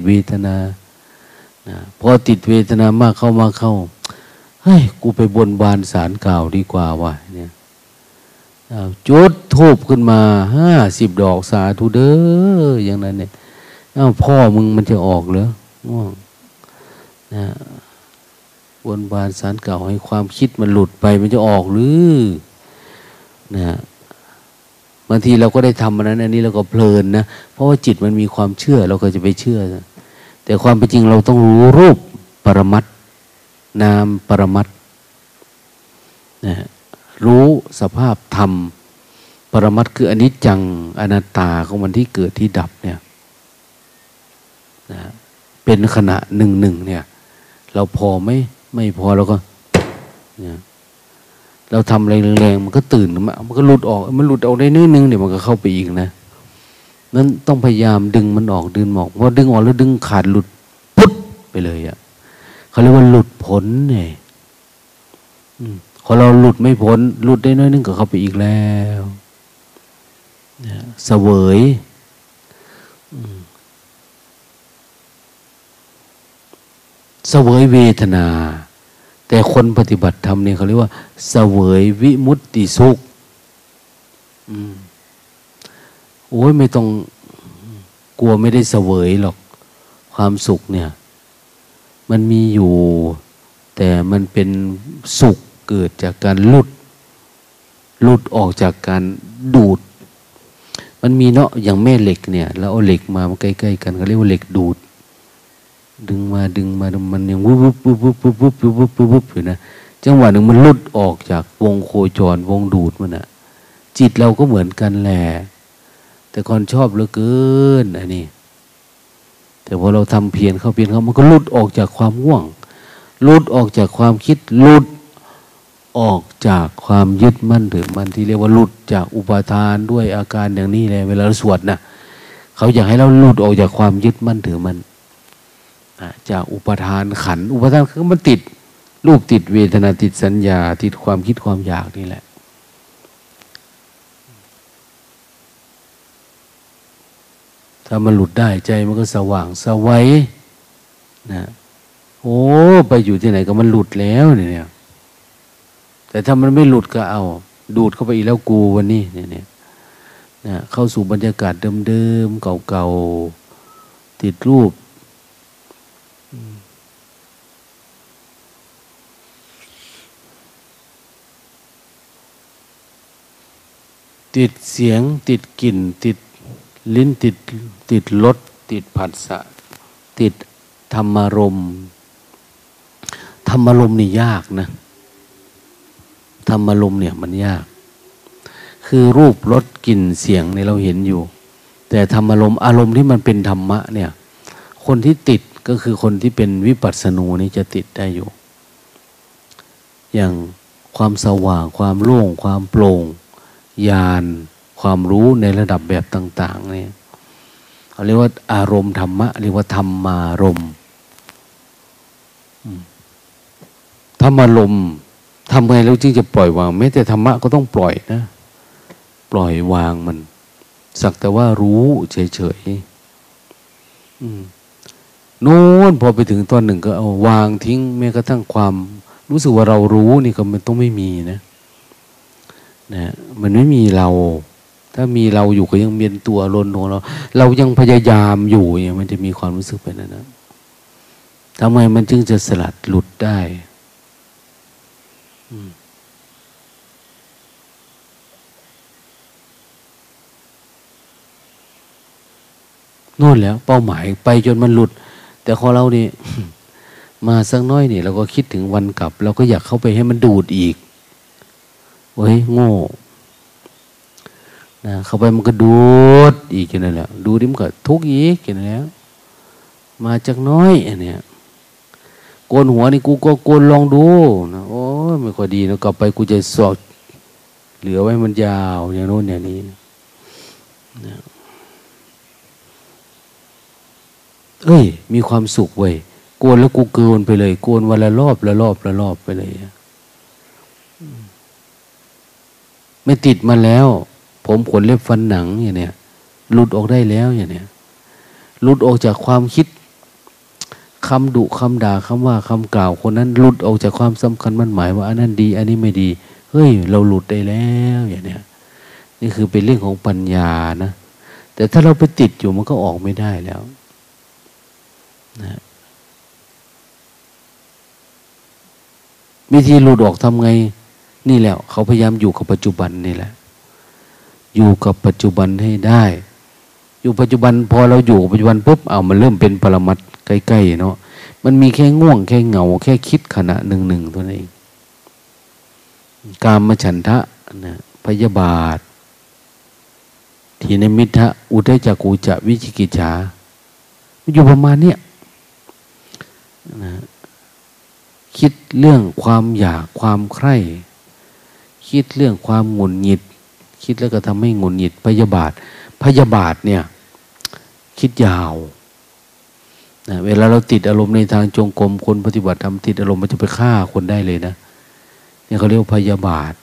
นะพอติดเวทนามากเข้าเฮ้ยกูไปบนบานศาลกล่าวดีกว่าว่ะเนี่ยจุดธูปขึ้นมา50 ดอกสาธุเด้ออย่างนั้นเนี่ยพ่อมึงมันจะออกเหรอง่วงนะบนบานศาลกล่าวให้ความคิดมันหลุดไปมันจะออกหรือนะบางทีเราก็ได้ทำอันนี้เราก็เพลินนะเพราะว่าจิตมันมีความเชื่อเราก็จะไปเชื่อแต่ความเป็นจริงเราต้องรู้รูปปรมัตถ์นามปรมัตถ์นะรู้สภาพธรรมปรมัตถ์คืออนิจจังอนัตตาของมันที่เกิดที่ดับเนี่ยนะเป็นขณะหนึ่งเนี่ยเราพอไม่พอเราก็เนี่ยเราทำอะไรแรงๆมันก็ตื่นมันก็หลุดออกได้นิดนึงเดี๋ยวมันก็เข้าไปอีกนะนั้นต้องพยายามดึงมันออกพอดึงออกแล้วดึงขาดหลุดปุ๊บไปเลยอ่ะเขาเรียกว่าหลุดพ้นเนี่ยพอเราหลุดไม่พ้นหลุดได้น้อยนึงก็เข้าไปอีกแล้วเสวยเวทนาแต่คนปฏิบัติธรรมเนี่ยเขาเรียกว่าเสวยวิมุตติสุขโอ้ยไม่ต้องกลัวไม่ได้เสวยหรอกความสุขเนี่ยมันมีอยู่แต่มันเป็นสุขเกิดจากการหลุดออกจากการดูดมันมีเนาะอย่างแม่เหล็กเนี่ยแล้วเอาเหล็กมาใกล้ๆกันเขาเรียกว่าเหล็กดูดดึงมามันยังวุบอยู่นะจังหวะหนึ่งมันหลุดออกจากวงโคจรวงดูดมันอะจิตเราก็เหมือนกันแหละแต่คนชอบเหลือเกินอันนี้แต่พอเราทำเพียรเข้ามันก็หลุดออกจากความง่วงหลุดออกจากความคิดหลุดออกจากความยึดมั่นถือมั่นที่เรียกว่าหลุดจากอุปาทานด้วยอาการอย่างนี้แหละเวลาเราสวดนะเขาอยากให้เราหลุดออกจากความยึดมั่นถือมั่นจากอุปทานขันธ์อุปทานคือมันติดรูปติดเวทนาติดสัญญาติดความคิดความอยากนี่แหละถ้ามันหลุดได้ใจมันก็สว่างสวัยนะโอ้ไปอยู่ที่ไหนก็มันหลุดแล้วเนี่ยแต่ถ้ามันไม่หลุดก็เอาดูดเข้าไปอีกแล้วกูวันนี้เนี่ยนะเข้าสู่บรรยากาศเดิมๆเก่าๆติดรูปติดเสียงติดกลิ่นติดลิ้นติดรสติดผัสสะติดธรรมารมณ์นี่ยากนะธรรมารมณ์เนี่ยมันยากคือรูปรสกลิ่นเสียงเนี่ยเราเห็นอยู่แต่ธรรมอารมณ์ที่มันเป็นธรรมะเนี่ยคนที่ติดก็คือคนที่เป็นวิปัสสนูนี่จะติดได้อยู่อย่างความสว่างความโล่งความโปร่งญาณความรู้ในระดับแบบต่างๆเนี่ยเขาเรียกว่าอารมณ์ธรรมะเรียกว่าธรรมารมณ์ธรรมารมณ์ทำไงแล้วจึงจะปล่อยวางแม้แต่ธรรมะก็ต้องปล่อยนะปล่อยวางมันสักแต่ว่ารู้เฉยๆโน้นพอไปถึงตอนหนึ่งก็เอาวางทิ้งแม้กระทั่งความรู้สึกว่าเรารู้นี่ก็มันต้องไม่มีนะมันไม่มีเราถ้ามีเราอยู่ก็ยังเมียนตัวลนของเรายังพยายามอยู่เนี่ยมันจะมีความรู้สึกเป็นนั้นนะทำไมมันจึงจะสลัดหลุดได้โน่นแล้วเป้าหมายไปจนมันหลุดแต่ของเรานี่ มาสักน้อยนี่เราก็คิดถึงวันกลับเราก็อยากเข้าไปให้มันดูดอีกเฮ้ยโง่นะเข้าไปมันก็ดูดอีกอย่างนั้นแหละดูดิมันก็ทุกข์อีกอย่างนั้นแล้วมาจากน้อยอันเนี้ยโกนหัวนี่กูก็โกนลองดูนะโอ้ยไม่ค่อยดีนะกลับไปกูจะสอดเหลือไว้มันยาวอย่างโน้นอย่างนี้นะเอ้ยมีความสุขเว้ยโกนแล้วกูเกินไปเลยโกนวันละรอบละรอบละรอบไปเลยไม่ติดมาแล้วผมขนเล็บฟันหนังอย่างเนี้ยหลุดออกได้แล้วอย่างเนี้ยหลุดออกจากความคิดคำดุคำด่าคำว่าคำกล่าวคนนั้นหลุดออกจากความสำคัญมั่นหมายว่าอันนั้นดีอันนี้ไม่ดีเฮ้ยเราหลุดได้แล้วอย่างเนี้ยนี่คือเป็นเรื่องของปัญญานะแต่ถ้าเราไปติดอยู่มันก็ออกไม่ได้แล้วนะวิธีหลุดออกทำไงนี่แหละเขาพยายามอยู่กับปัจจุบันนี่แหละอยู่กับปัจจุบันให้ได้อยู่ปัจจุบันพอเราอยู่ปัจจุบันปุ๊บมันเริ่มเป็นปรมัตถ์ใกล้ๆเนาะมันมีแค่ง่วงแค่เหงาแค่คิดขณะหนึ่งๆตัวนั้นเองกามฉันทะนะพยาบาททีนมิทะอุทจักกุจะวิจิกิจฉาอยู่ประมาณเนี้ยนะคิดเรื่องความอยากความใคร่คิดเรื่องความหงุดหงิดคิดแล้วก็ทำให้หงุดหงิดพยาบาทเนี่ยคิดยาวนะเวลาเราติดอารมณ์ในทางจงกรมคนปฏิบัติธรรมติดอารมณ์มันจะไปฆ่าคนได้เลยนะเนี่ยเขาเรียกพยาบาท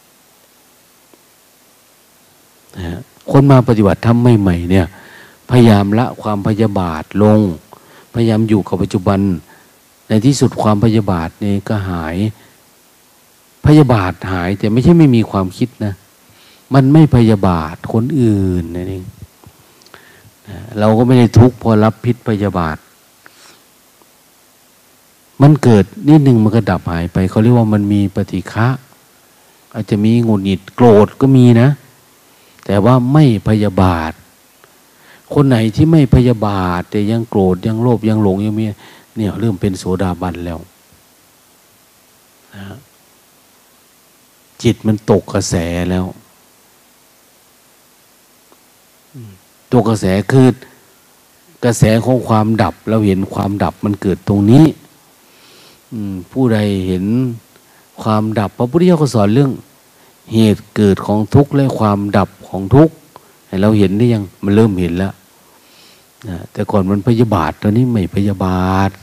นะคนมาปฏิบัติธรรมใหม่ๆเนี่ยพยายามละความพยาบาทลงพยายามอยู่กับปัจจุบันในที่สุดความพยาบาทนี่ก็หายพยาบาทหายแต่ไม่ใช่ไม่มีความคิดนะมันไม่พยาบาทคนอื่นนั่นเองเราก็ไม่ได้ทุกข์พอรับพิษพยาบาทมันเกิดนิดนึงมันก็ดับหายไปเขาเรียกว่ามันมีปฏิฆะอาจจะมีหงุดหงิดโกรธก็มีนะแต่ว่าไม่พยาบาทคนไหนที่ไม่พยาบาทแต่ยังโกรธยังโลภยังหลงยังมีเนี่ยเริ่มเป็นโสดาบันแล้วนะจิตมันตกกระแสแล้วตกกระแสคือกระแสของความดับเราเห็นความดับมันเกิดตรงนี้ผู้ใดเห็นความดับพระพุทธเจ้าก็สอนเรื่องเหตุเกิดของทุกข์และความดับของทุกข์ให้เราเห็นได้ยังมันเริ่มเห็นแล้วนะแต่ก่อนมันพยาบาทตอนนี้ไม่พยาบาท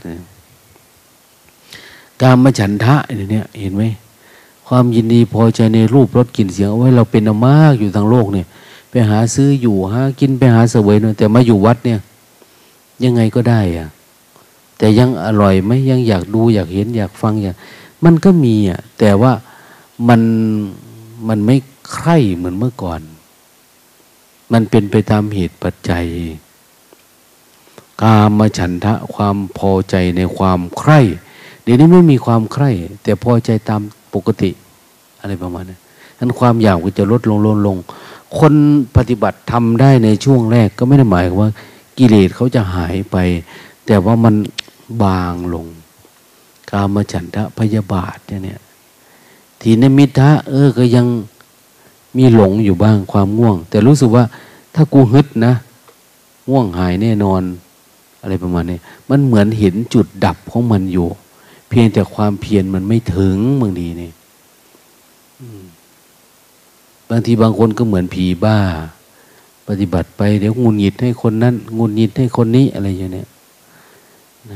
กามฉันทะเนี่ยเห็นไหมความยินดีพอใจในรูปรสกลิ่นเสียงเอาไว้เราเป็นมากอยู่ทางโลกเนี่ยไปหาซื้ออยู่หากินไปหาเสวยแต่มาอยู่วัดเนี่ยยังไงก็ได้อะแต่ยังอร่อยไหมยังอยากดูอยากเห็นอยากฟังอยากมันก็มีอ่ะแต่ว่ามันไม่ใคร่เหมือนเมื่อก่อนมันเป็นไปตามเหตุปัจจัยกามฉันทะความพอใจในความใคร่เดี๋ยวนี้ไม่มีความใคร่แต่พอใจตามปกติอะไรประมาณนั้นนั้นความอยากก็จะลดลงคนปฏิบัติทำได้ในช่วงแรกก็ไม่ได้หมายว่ากิเลสเขาจะหายไปแต่ว่ามันบางลงกามฉันทะพยาบาทเนี่ยทีนมิทะก็ยังมีหลงอยู่บ้างความง่วงแต่รู้สึกว่าถ้ากูฮึดนะง่วงหายแน่นอนอะไรประมาณนี้มันเหมือนเห็นจุดดับของมันอยู่เพียงแต่ความเพียรมันไม่ถึงบางทีนี่ไปบางทีบางคนก็เหมือนผีบ้าปฏิบัติไปเดี๋ยวงุนหงิดให้คนนั้นงุนหงิดให้คนนี้อะไรอย่างเนี้ยนะ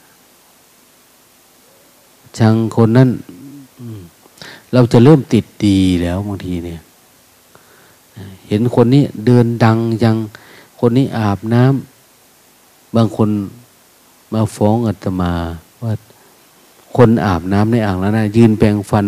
ชังคนนั้นเราจะเริ่มติดดีแล้วบางทีเนี่ยเห็นคนนี้เดินดังยังคนนี้อาบน้ำบางคนมาฟ้องอาตมาว่าคนอาบน้ำในอ่างแล้วนะยืนแปรงฟัน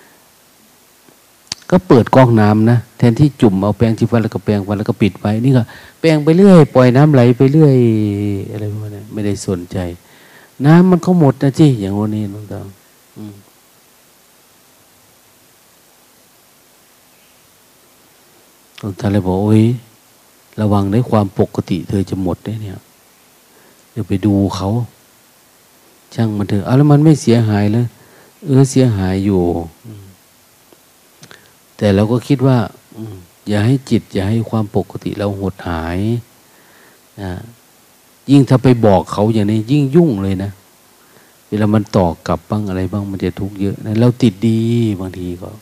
ก็เปิดก๊อกน้ำนะแทนที่จุ่มเอาแปรงที่ฟันแล้วก็แปรงฟันแล้วก็ปิดไว้นี่ก็แปรงไปเรื่อยปล่อยน้ำไหลไปเรื่อยอะไรประมาณนี้ไม่ได้สนใจน้ำมันก็หมดนะจีอย่างวันนี้น้องตาหลวงตาเลยบอกโอ้ยระวังได้ความปกติเธอจะหมดได้เนี่ยเดี๋ยวไปดูเขาช่างมันเถอะแล้วมันไม่เสียหายเลยเสียหายอยู่แต่เราก็คิดว่าอย่าให้จิตอย่าให้ความปกติเราหดหายนะยิ่งถ้าไปบอกเขาอย่างนี้ยิ่งยุ่งเลยนะเวลามันต่อกลับบ้างอะไรบ้างมันจะทุกข์เยอะนะเราติดดีบางทีก็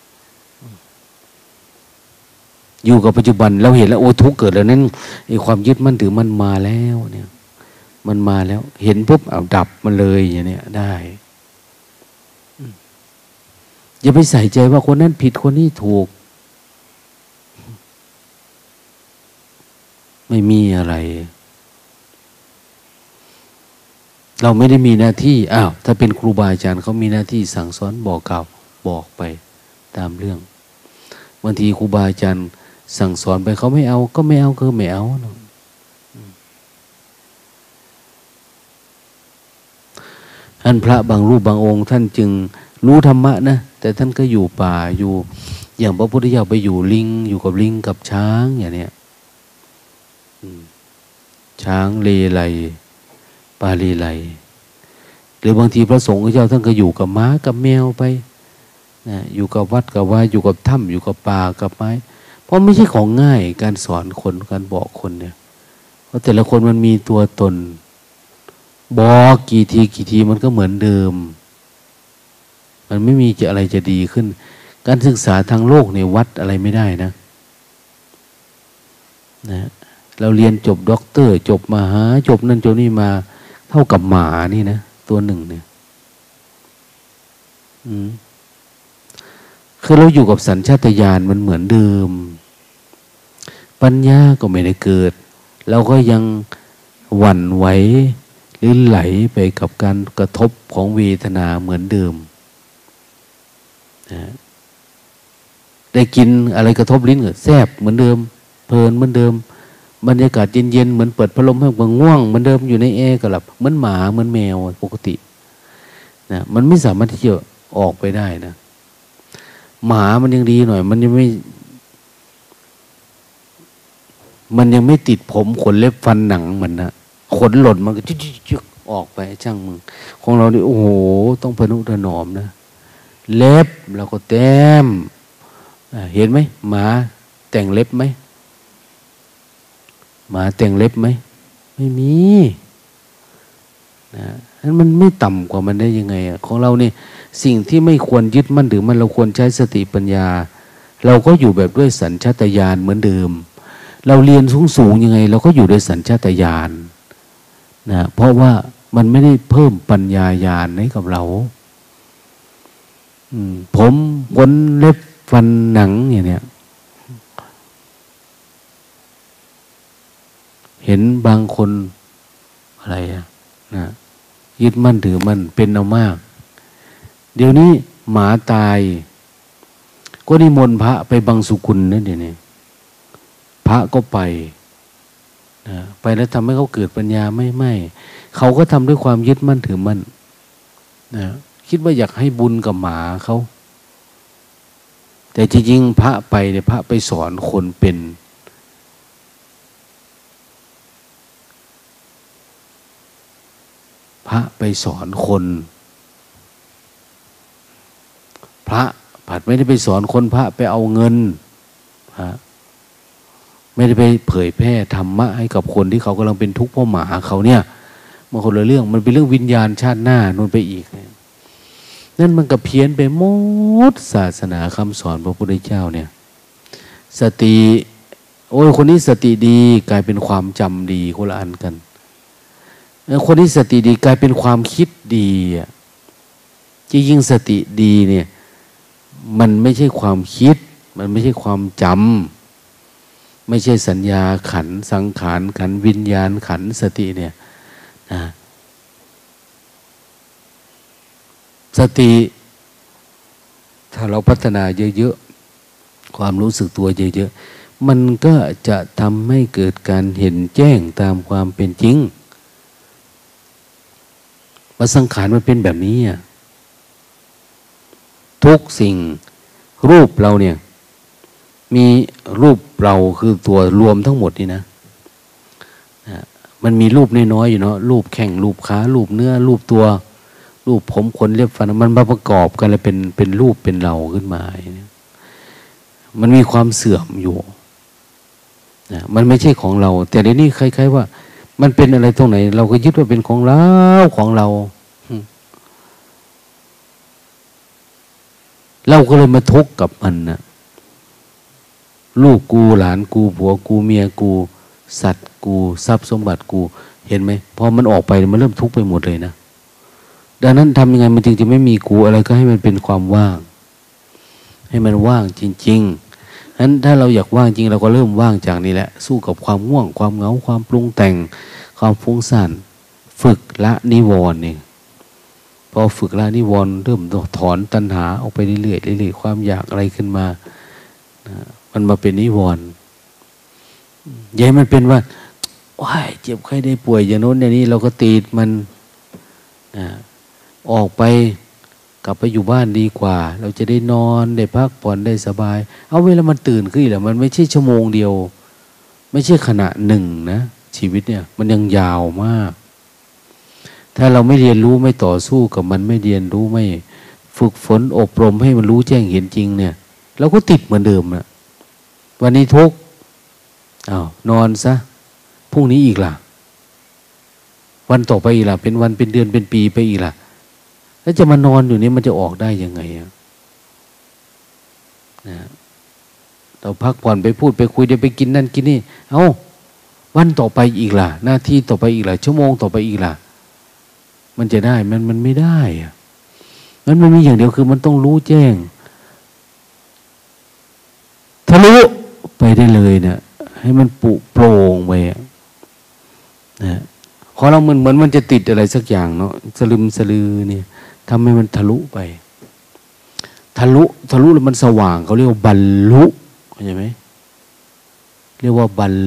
อยู่กับปัจจุบันเราเห็นแล้วโอ้ทุกข์เกิดแล้วนั่นไอ้ความยึดมั่นถือมันมาแล้วเนี่ยมันมาแล้วเห็นปุ๊บเอาดับมันเลยอย่างเนี้ยได้อย่าไปใส่ใจว่าคนนั้นผิดคนนี้ถูกไม่มีอะไรเราไม่ได้มีหน้าที่ถ้าเป็นครูบาอาจารย์เขามีหน้าที่สั่งสอนบอกกล่าวบอกไปตามเรื่องบางทีครูบาอาจารย์สั่งสอนไปเขาไม่เอาก็ไม่เอาคือไม่เอาท่านพระบางรูปบางองค์ท่านจึงรู้ธรรมะนะแต่ท่านก็อยู่ป่าอยู่อย่างพระพุทธเจ้าไปอยู่ลิงอยู่กับลิงกับช้างอย่างเนี้ยช้างเลไลปลาเลไลหรือบางทีพระสงฆ์เจ้าท่านก็อยู่กับม้ากับแมวไปนะอยู่กับวัดกับว่าอยู่กับถ้ำอยู่กับป่ากับไม้เพราะไม่ใช่ของง่ายการสอนคนการบอกคนเนี่ยเพราะแต่ละคนมันมีตัวตนบอกกี่ทีมันก็เหมือนเดิมมันไม่มีอะไรจะดีขึ้นการศึกษาทางโลกเนี่ยวัดอะไรไม่ได้นะเราเรียนจบด็อกเตอร์จบมหาจบนั่นจบนี่มาเท่ากับหมานี่นะตัวหนึ่งเนี่ยคือเราอยู่กับสัญชาตญาณมันเหมือนเดิมปัญญาก็ไม่ได้เกิดเราก็ยังหวั่นไหวหรือไหลไปกับการกระทบของเวทนาเหมือนเดิมได้กินอะไรกระทบลิ้นก็แซ่บเหมือนเดิมเพลินเหมือนเดิมบรรยากาศเย็นๆเหมือนเปิดพัดลมให้มันง่วงเหมือนเดิมอยู่ในแอร์ก็หลับเหมือนหมาเหมือนแมวปกตินะมันไม่สามารถที่จะออกไปได้นะหมามันยังดีหน่อยมันยังไม่ติดผมขนเล็บฟันหนังมันนะขนหล่นมันก็จึ๊กออกไปช่างมึงของเรานี่โอ้โหต้องพนุถนอมนะเล็บแล้วก็แต้มเห็นไหมหมาแต่งเล็บไหมหมาแต่งเล็บไหมไม่มีนะนั้นมันไม่ต่ำกว่ามันได้ยังไงของเราเนี่ยสิ่งที่ไม่ควรยึดมั่นถือมันเราควรใช้สติปัญญาเราก็อยู่แบบด้วยสัญชาตญาณเหมือนเดิมเราเรียนสูงยังไงเราก็อยู่ด้วยสัญชาตญาณนะเพราะว่ามันไม่ได้เพิ่มปัญญาญาณให้กับเราผมขนเล็บฟันหนังอย่างเนี้ยเห็นบางคนอะไรนะยึดมั่นถือมั่นเป็นเอามากเดี๋ยวนี้หมาตายก็นิมนต์พระไปบังสุกุลนั่นเดี๋ยวนี้พระก็ไปไปแล้วทำให้เขาเกิดปัญญาไม่เขาก็ทำด้วยความยึดมั่นถือมั่นนะคิดว่าอยากให้บุญกับหมาเขาแต่จริงๆพระไปเนี่ยพระไปสอนคนเป็นพระไปสอนคนพระผัดไม่ได้ไปสอนคนพระไปเอาเงินพระไม่ได้ไปเผยแพร่ธรรมะให้กับคนที่เขากำลังเป็นทุกข์เพราะหมาเขาเนี่ยมันคนละเรื่องมันเป็นเรื่องวิญญาณชาติหน้านู่นไปอีกนั่นมันก็เพี้ยนไปหมดศาสนาคำสอนพระพุทธเจ้าเนี่ยสติโอ้ยคนนี้สติดีกลายเป็นความจำดีคนละอันกันคนนี้สติดีกลายเป็นความคิดดีจริงๆสติดีเนี่ยมันไม่ใช่ความคิดมันไม่ใช่ความจำไม่ใช่สัญญาขันธ์สังขารขันธ์วิญญาณขันธ์สติเนี่ยนะสติถ้าเราพัฒนาเยอะๆความรู้สึกตัวเยอะๆมันก็จะทำให้เกิดการเห็นแจ้งตามความเป็นจริงว่าสังขารมันเป็นแบบนี้ทุกสิ่งรูปเราเนี่ยมีรูปเราคือตัวรวมทั้งหมดนี่นะมันมีรูปน้อยๆอยู่เนาะรูปแข้งรูปขารูปเนื้อรูปตัวรูปผมขนเล็บฟันมันมาประกอบกันแล้วเป็นรูปเป็นเราขึ้นมาเนี่ยมันมีความเสื่อมอยู่นะมันไม่ใช่ของเราแต่เดี๋ยวนี้คล้ายๆว่ามันเป็นอะไรตรงไหนเราก็ยึดว่าเป็นของเราเราก็เลยมาทุกข์กับมันนะลูกกูหลานกูผัวกูเมียกูสัตว์กูทรัพย์สมบัติกูเห็นไหมพอมันออกไปมันเริ่มทุกข์ไปหมดเลยนะดังนั้นทำยังไงมันจึงจะไม่มีกูอะไรก็ให้มันเป็นความว่างให้มันว่างจริงๆฉะนั้นถ้าเราอยากว่างจริงเราก็เริ่มว่างจากนี้แหละสู้กับความง่วงความเหงาความปรุงแต่งความฟุ้งซ่านฝึกละนิวรณ์นี่พอฝึกละนิวรณ์เริ่มถอนตัณหาออกไปเรื่อยๆความอยากอะไรขึ้นมามันมาเป็นนิวรณ์อย่าให้มันเป็นว่าว้ายเจ็บไข้ได้ป่วยอย่างโน้นอย่างนี้เราก็ตีดมันออกไปกลับไปอยู่บ้านดีกว่าเราจะได้นอนได้พักผ่อนได้สบายเอาเวลามันตื่นขึ้นแล้วมันไม่ใช่ชั่วโมงเดียวไม่ใช่ขณะหนึ่งนะชีวิตเนี่ยมันยังยาวมากถ้าเราไม่เรียนรู้ไม่ต่อสู้กับมันไม่เรียนรู้ไม่ฝึกฝนอบรมให้มันรู้แจ้งเห็นจริงเนี่ยเราก็ติดเหมือนเดิมนะวันนี้ทุกข์นอนซะพรุ่งนี้อีกล่ะวันต่อไปอีกล่ะเป็นวันเป็นเดือนเป็นปีไปอีกล่ะแล้วจะมานอนอยู่นี้มันจะออกได้ยังไงนะเราพักผ่อนไปพูดไปคุยเดี๋ยวไปกินนั่นกินนี่วันต่อไปอีกล่ะหน้าที่ต่อไปอีกล่ะชั่วโมงต่อไปอีกล่ะมันจะได้มันไม่ได้มันมีอย่างเดียวคือมันต้องรู้แจ้งทะลุไปได้เลยเนี่ยให้มันปุโปร่งไปนะพอเราเหมือนมันจะติดอะไรสักอย่างเนาะสลึมสลือเนี่ยทำให้มันทะลุไปทะลุแล้วมันสว่างเขาเรียกว่าบรรลุเข้าใจไหมเรียกว่าบรร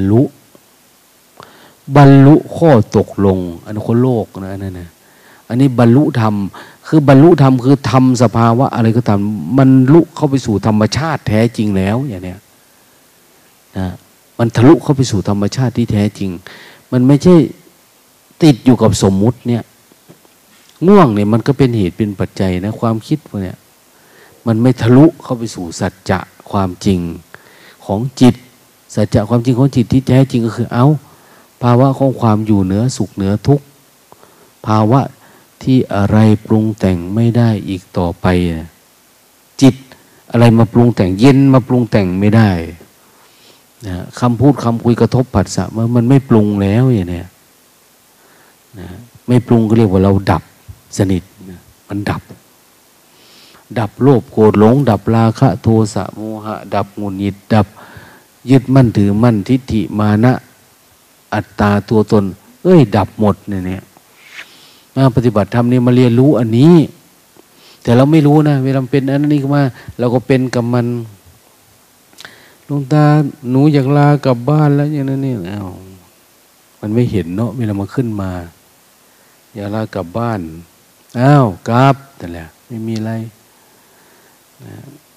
ลุข้อตกลงอันคนโลกนะนั่นนะอันนี้บรรลุธรรมคือบรรลุธรรมคือทำสภาวะอะไรก็ตามมันลุเข้าไปสู่ธรรมชาติแท้จริงแล้วอย่างเนี้ยนะมันทะลุเข้าไปสู่ธรรมชาติที่แท้จริงมันไม่ใช่ติดอยู่กับสมมุติเนี่ยง่วงเนี่ยมันก็เป็นเหตุเป็นปัจจัยนะความคิดพวกเนี้ยมันไม่ทะลุเข้าไปสู่สัจจะความจริงของจิตสัจจะความจริงของจิตที่แท้จริงก็คือภาวะของความอยู่เหนือสุขเหนือทุกข์ภาวะที่อะไรปรุงแต่งไม่ได้อีกต่อไปจิตอะไรมาปรุงแต่งเย็นมาปรุงแต่งไม่ได้นะคำพูดคำคุยกระทบผัสสะมันไม่ปรุงแล้วอย่างเนี้ยนะไม่ปรุงก็เรียกว่าเราดับสนิทนะมันดับโลภโกรธหลงดับราคะโทสะโมหะดับหงุดหงิดดับยึดมั่นถือมั่นทิฏฐิมานะอัตตาตัวตนดับหมดเนี่ยมาปฏิบัติธรรมนี่มาเรียนรู้อันนี้แต่เราไม่รู้นะเวลาเป็นอันนี้ขึ้นมาเราก็เป็นกับมันหลวงตาหนูอยากลากลับบ้านแล้วอย่างนั้นนี่มันไม่เห็นเนาะเวลามาขึ้นมาอยากลากลับบ้านกลับแต่แหละไม่มีอะไรนะ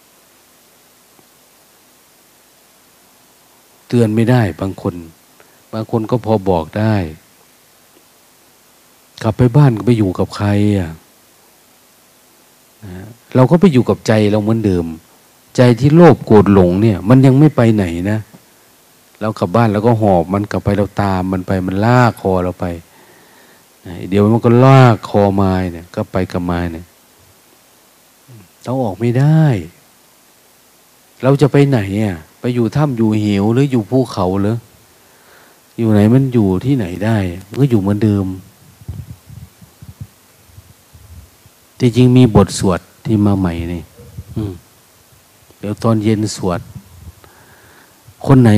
เตือนไม่ได้บางคนก็พอบอกได้กลับไปบ้านก็ไปอยู่กับใครนะเราก็ไปอยู่กับใจเราเหมือนเดิมใจที่โลภโกรธหลงเนี่ยมันยังไม่ไปไหนนะเรากลับบ้านแล้วก็หอบมันกลับไปเราตามมันไปมันลากคอเราไปเดี๋ยวมันก็ลากคอมาเนี่ยก็ไปกับมาเนี่ยเราออกไม่ได้เราจะไปไหนไปไปอยู่ถ้ำอยู่เหวหรืออยู่ภูเขาหรืออยู่ไหนมันอยู่ที่ไหนได้มันก็อยู่เหมือนเดิมที่จริงมีบทสวดที่มาใหม่นี่เดี๋ยวตอนเย็นสวดคนไหน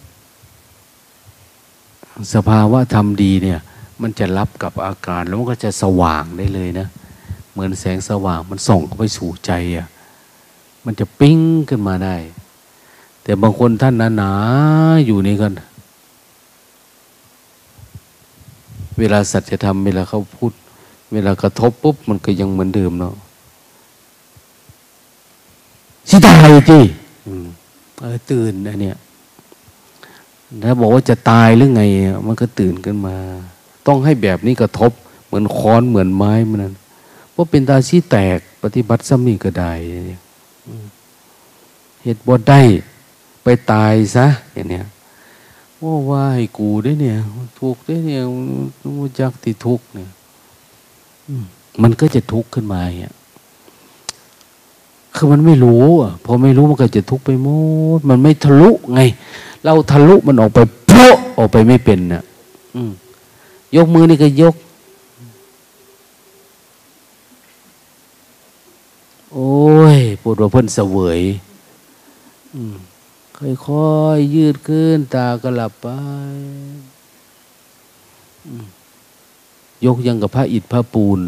สภาวะธรรมดีเนี่ยมันจะรับกับอาการแล้วมันก็จะสว่างได้เลยนะเหมือนแสงสว่างมันส่องเข้าไปสู่ใจอ่ะมันจะปิ้งขึ้นมาได้แต่บางคนท่านหนาๆอยู่นี่กันเวลาสัจธรรมเวลาเขาพูดเวลากระทบปุ๊บมันก็ยังเหมือนเดิมเนาะสิตายจีตื่นอันเนี้ยถ้าบอกว่าจะตายหรือไงมันก็ตื่นขึ้นมาต้องให้แบบนี้กระทบเหมือนค้อนเหมือนไม้มันนั้นเพราะเป็นตาชี้แตกปฏิบัติซ้ำนี่ก็ได้เหตุบ่ได้ไปตายซะอย่างเนี้ยว่าให้กูได้เนี่ยทุกข์ได้เนี่ยรู้จักที่ทุกข์เนี่ยมันก็จะทุกข์ขึ้นมาเนี่ยคือมันไม่รู้พอไม่รู้มันก็จะทุกข์ไปหมดมันไม่ทะลุไงเราทะลุมันออกไปโผล่ออกไปไม่เป็นน่ะยกมือนี่ก็ยกโอ้ยปวดว่าเพิ่นเสวยค่อยๆยืดขึ้นตาก็หลับไปยกยังกับพระอิฐพระปูน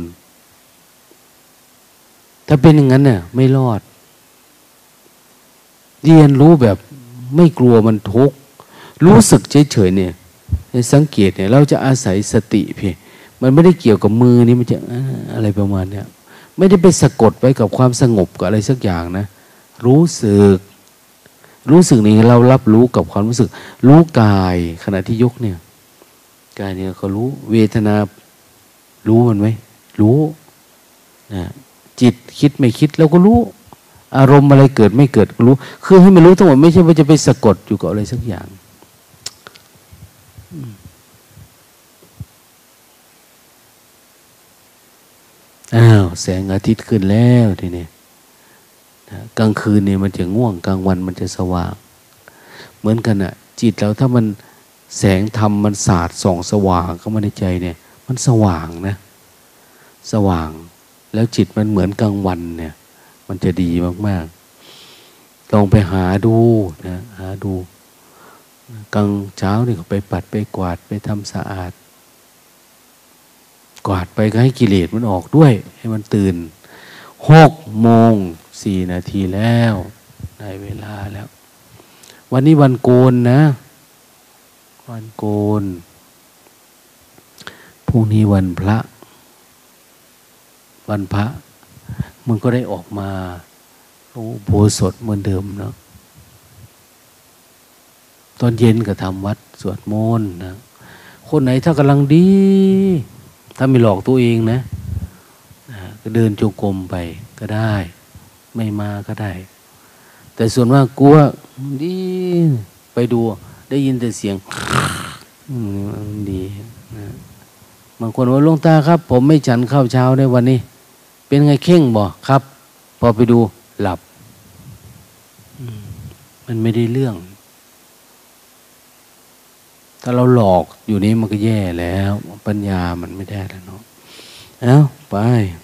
ถ้าเป็นอย่างนั้นเนี่ยไม่รอดเรียนรู้แบบไม่กลัวมันทุกข์รู้สึกเฉยๆเนี่ยสังเกตเนี่ยเราจะอาศัยสติเพียงมันไม่ได้เกี่ยวกับมือนี่มันจะอะไรประมาณเนี้ยไม่ได้ไปสะกดไว้กับความสงบกับอะไรสักอย่างนะรู้สึกนี่เรารับรู้กับความรู้สึกรู้กายขณะที่ยกเนี่ยกายเนี่ยเขารู้เวทนารู้มันไหมรู้นะจิตคิดไม่คิดเราก็รู้อารมณ์อะไรเกิดไม่เกิดก็รู้คือให้มันรู้ทั้งหมดไม่ใช่ว่าจะไปสะกดอยู่กับอะไรสักอย่างแสงอาทิตย์ขึ้นแล้วทีนี้กลางคืนเนี่ยมันจะง่วงกลางวันมันจะสว่างเหมือนกันอะจิตเราถ้ามันแสงธรรมมันสาดส่องสว่างเข้ามาในใจเนี่ยมันสว่างนะสว่างแล้วจิตมันเหมือนกลางวันเนี่ยมันจะดีมากๆลองไปหาดูนะหาดูกลางเช้านี่ก็ไปปัดไปกวาดไปทำสะอาดกวาดไปก็ให้กิเลสมันออกด้วยให้มันตื่น6:04 แล้วได้เวลาแล้ววันนี้วันโกนนะวันโกนพรุ่งนี้วันพระวันพระมันก็ได้ออกมาอุโบสถเหมือนเดิมเนาะตอนเย็นก็ทำวัดสวดมนต์นะคนไหนถ้ากำลังดีถ้าไม่หลอกตัวเองนะก็เดินจงกรมไปก็ได้ไม่มาก็ได้แต่ส่วนมากกลัวดีไปดูได้ยินแต่เสียงดีนะบางคนว่าหลวงตาครับผมไม่ฉันข้าวเช้าในวันนี้เป็นไงเข่งบ่ครับพอไปดูหลับมันไม่ได้เรื่องถ้าเราหลอกอยู่นี้มันก็แย่แล้วปัญญามันไม่ได้แล้วเนาะเอาไป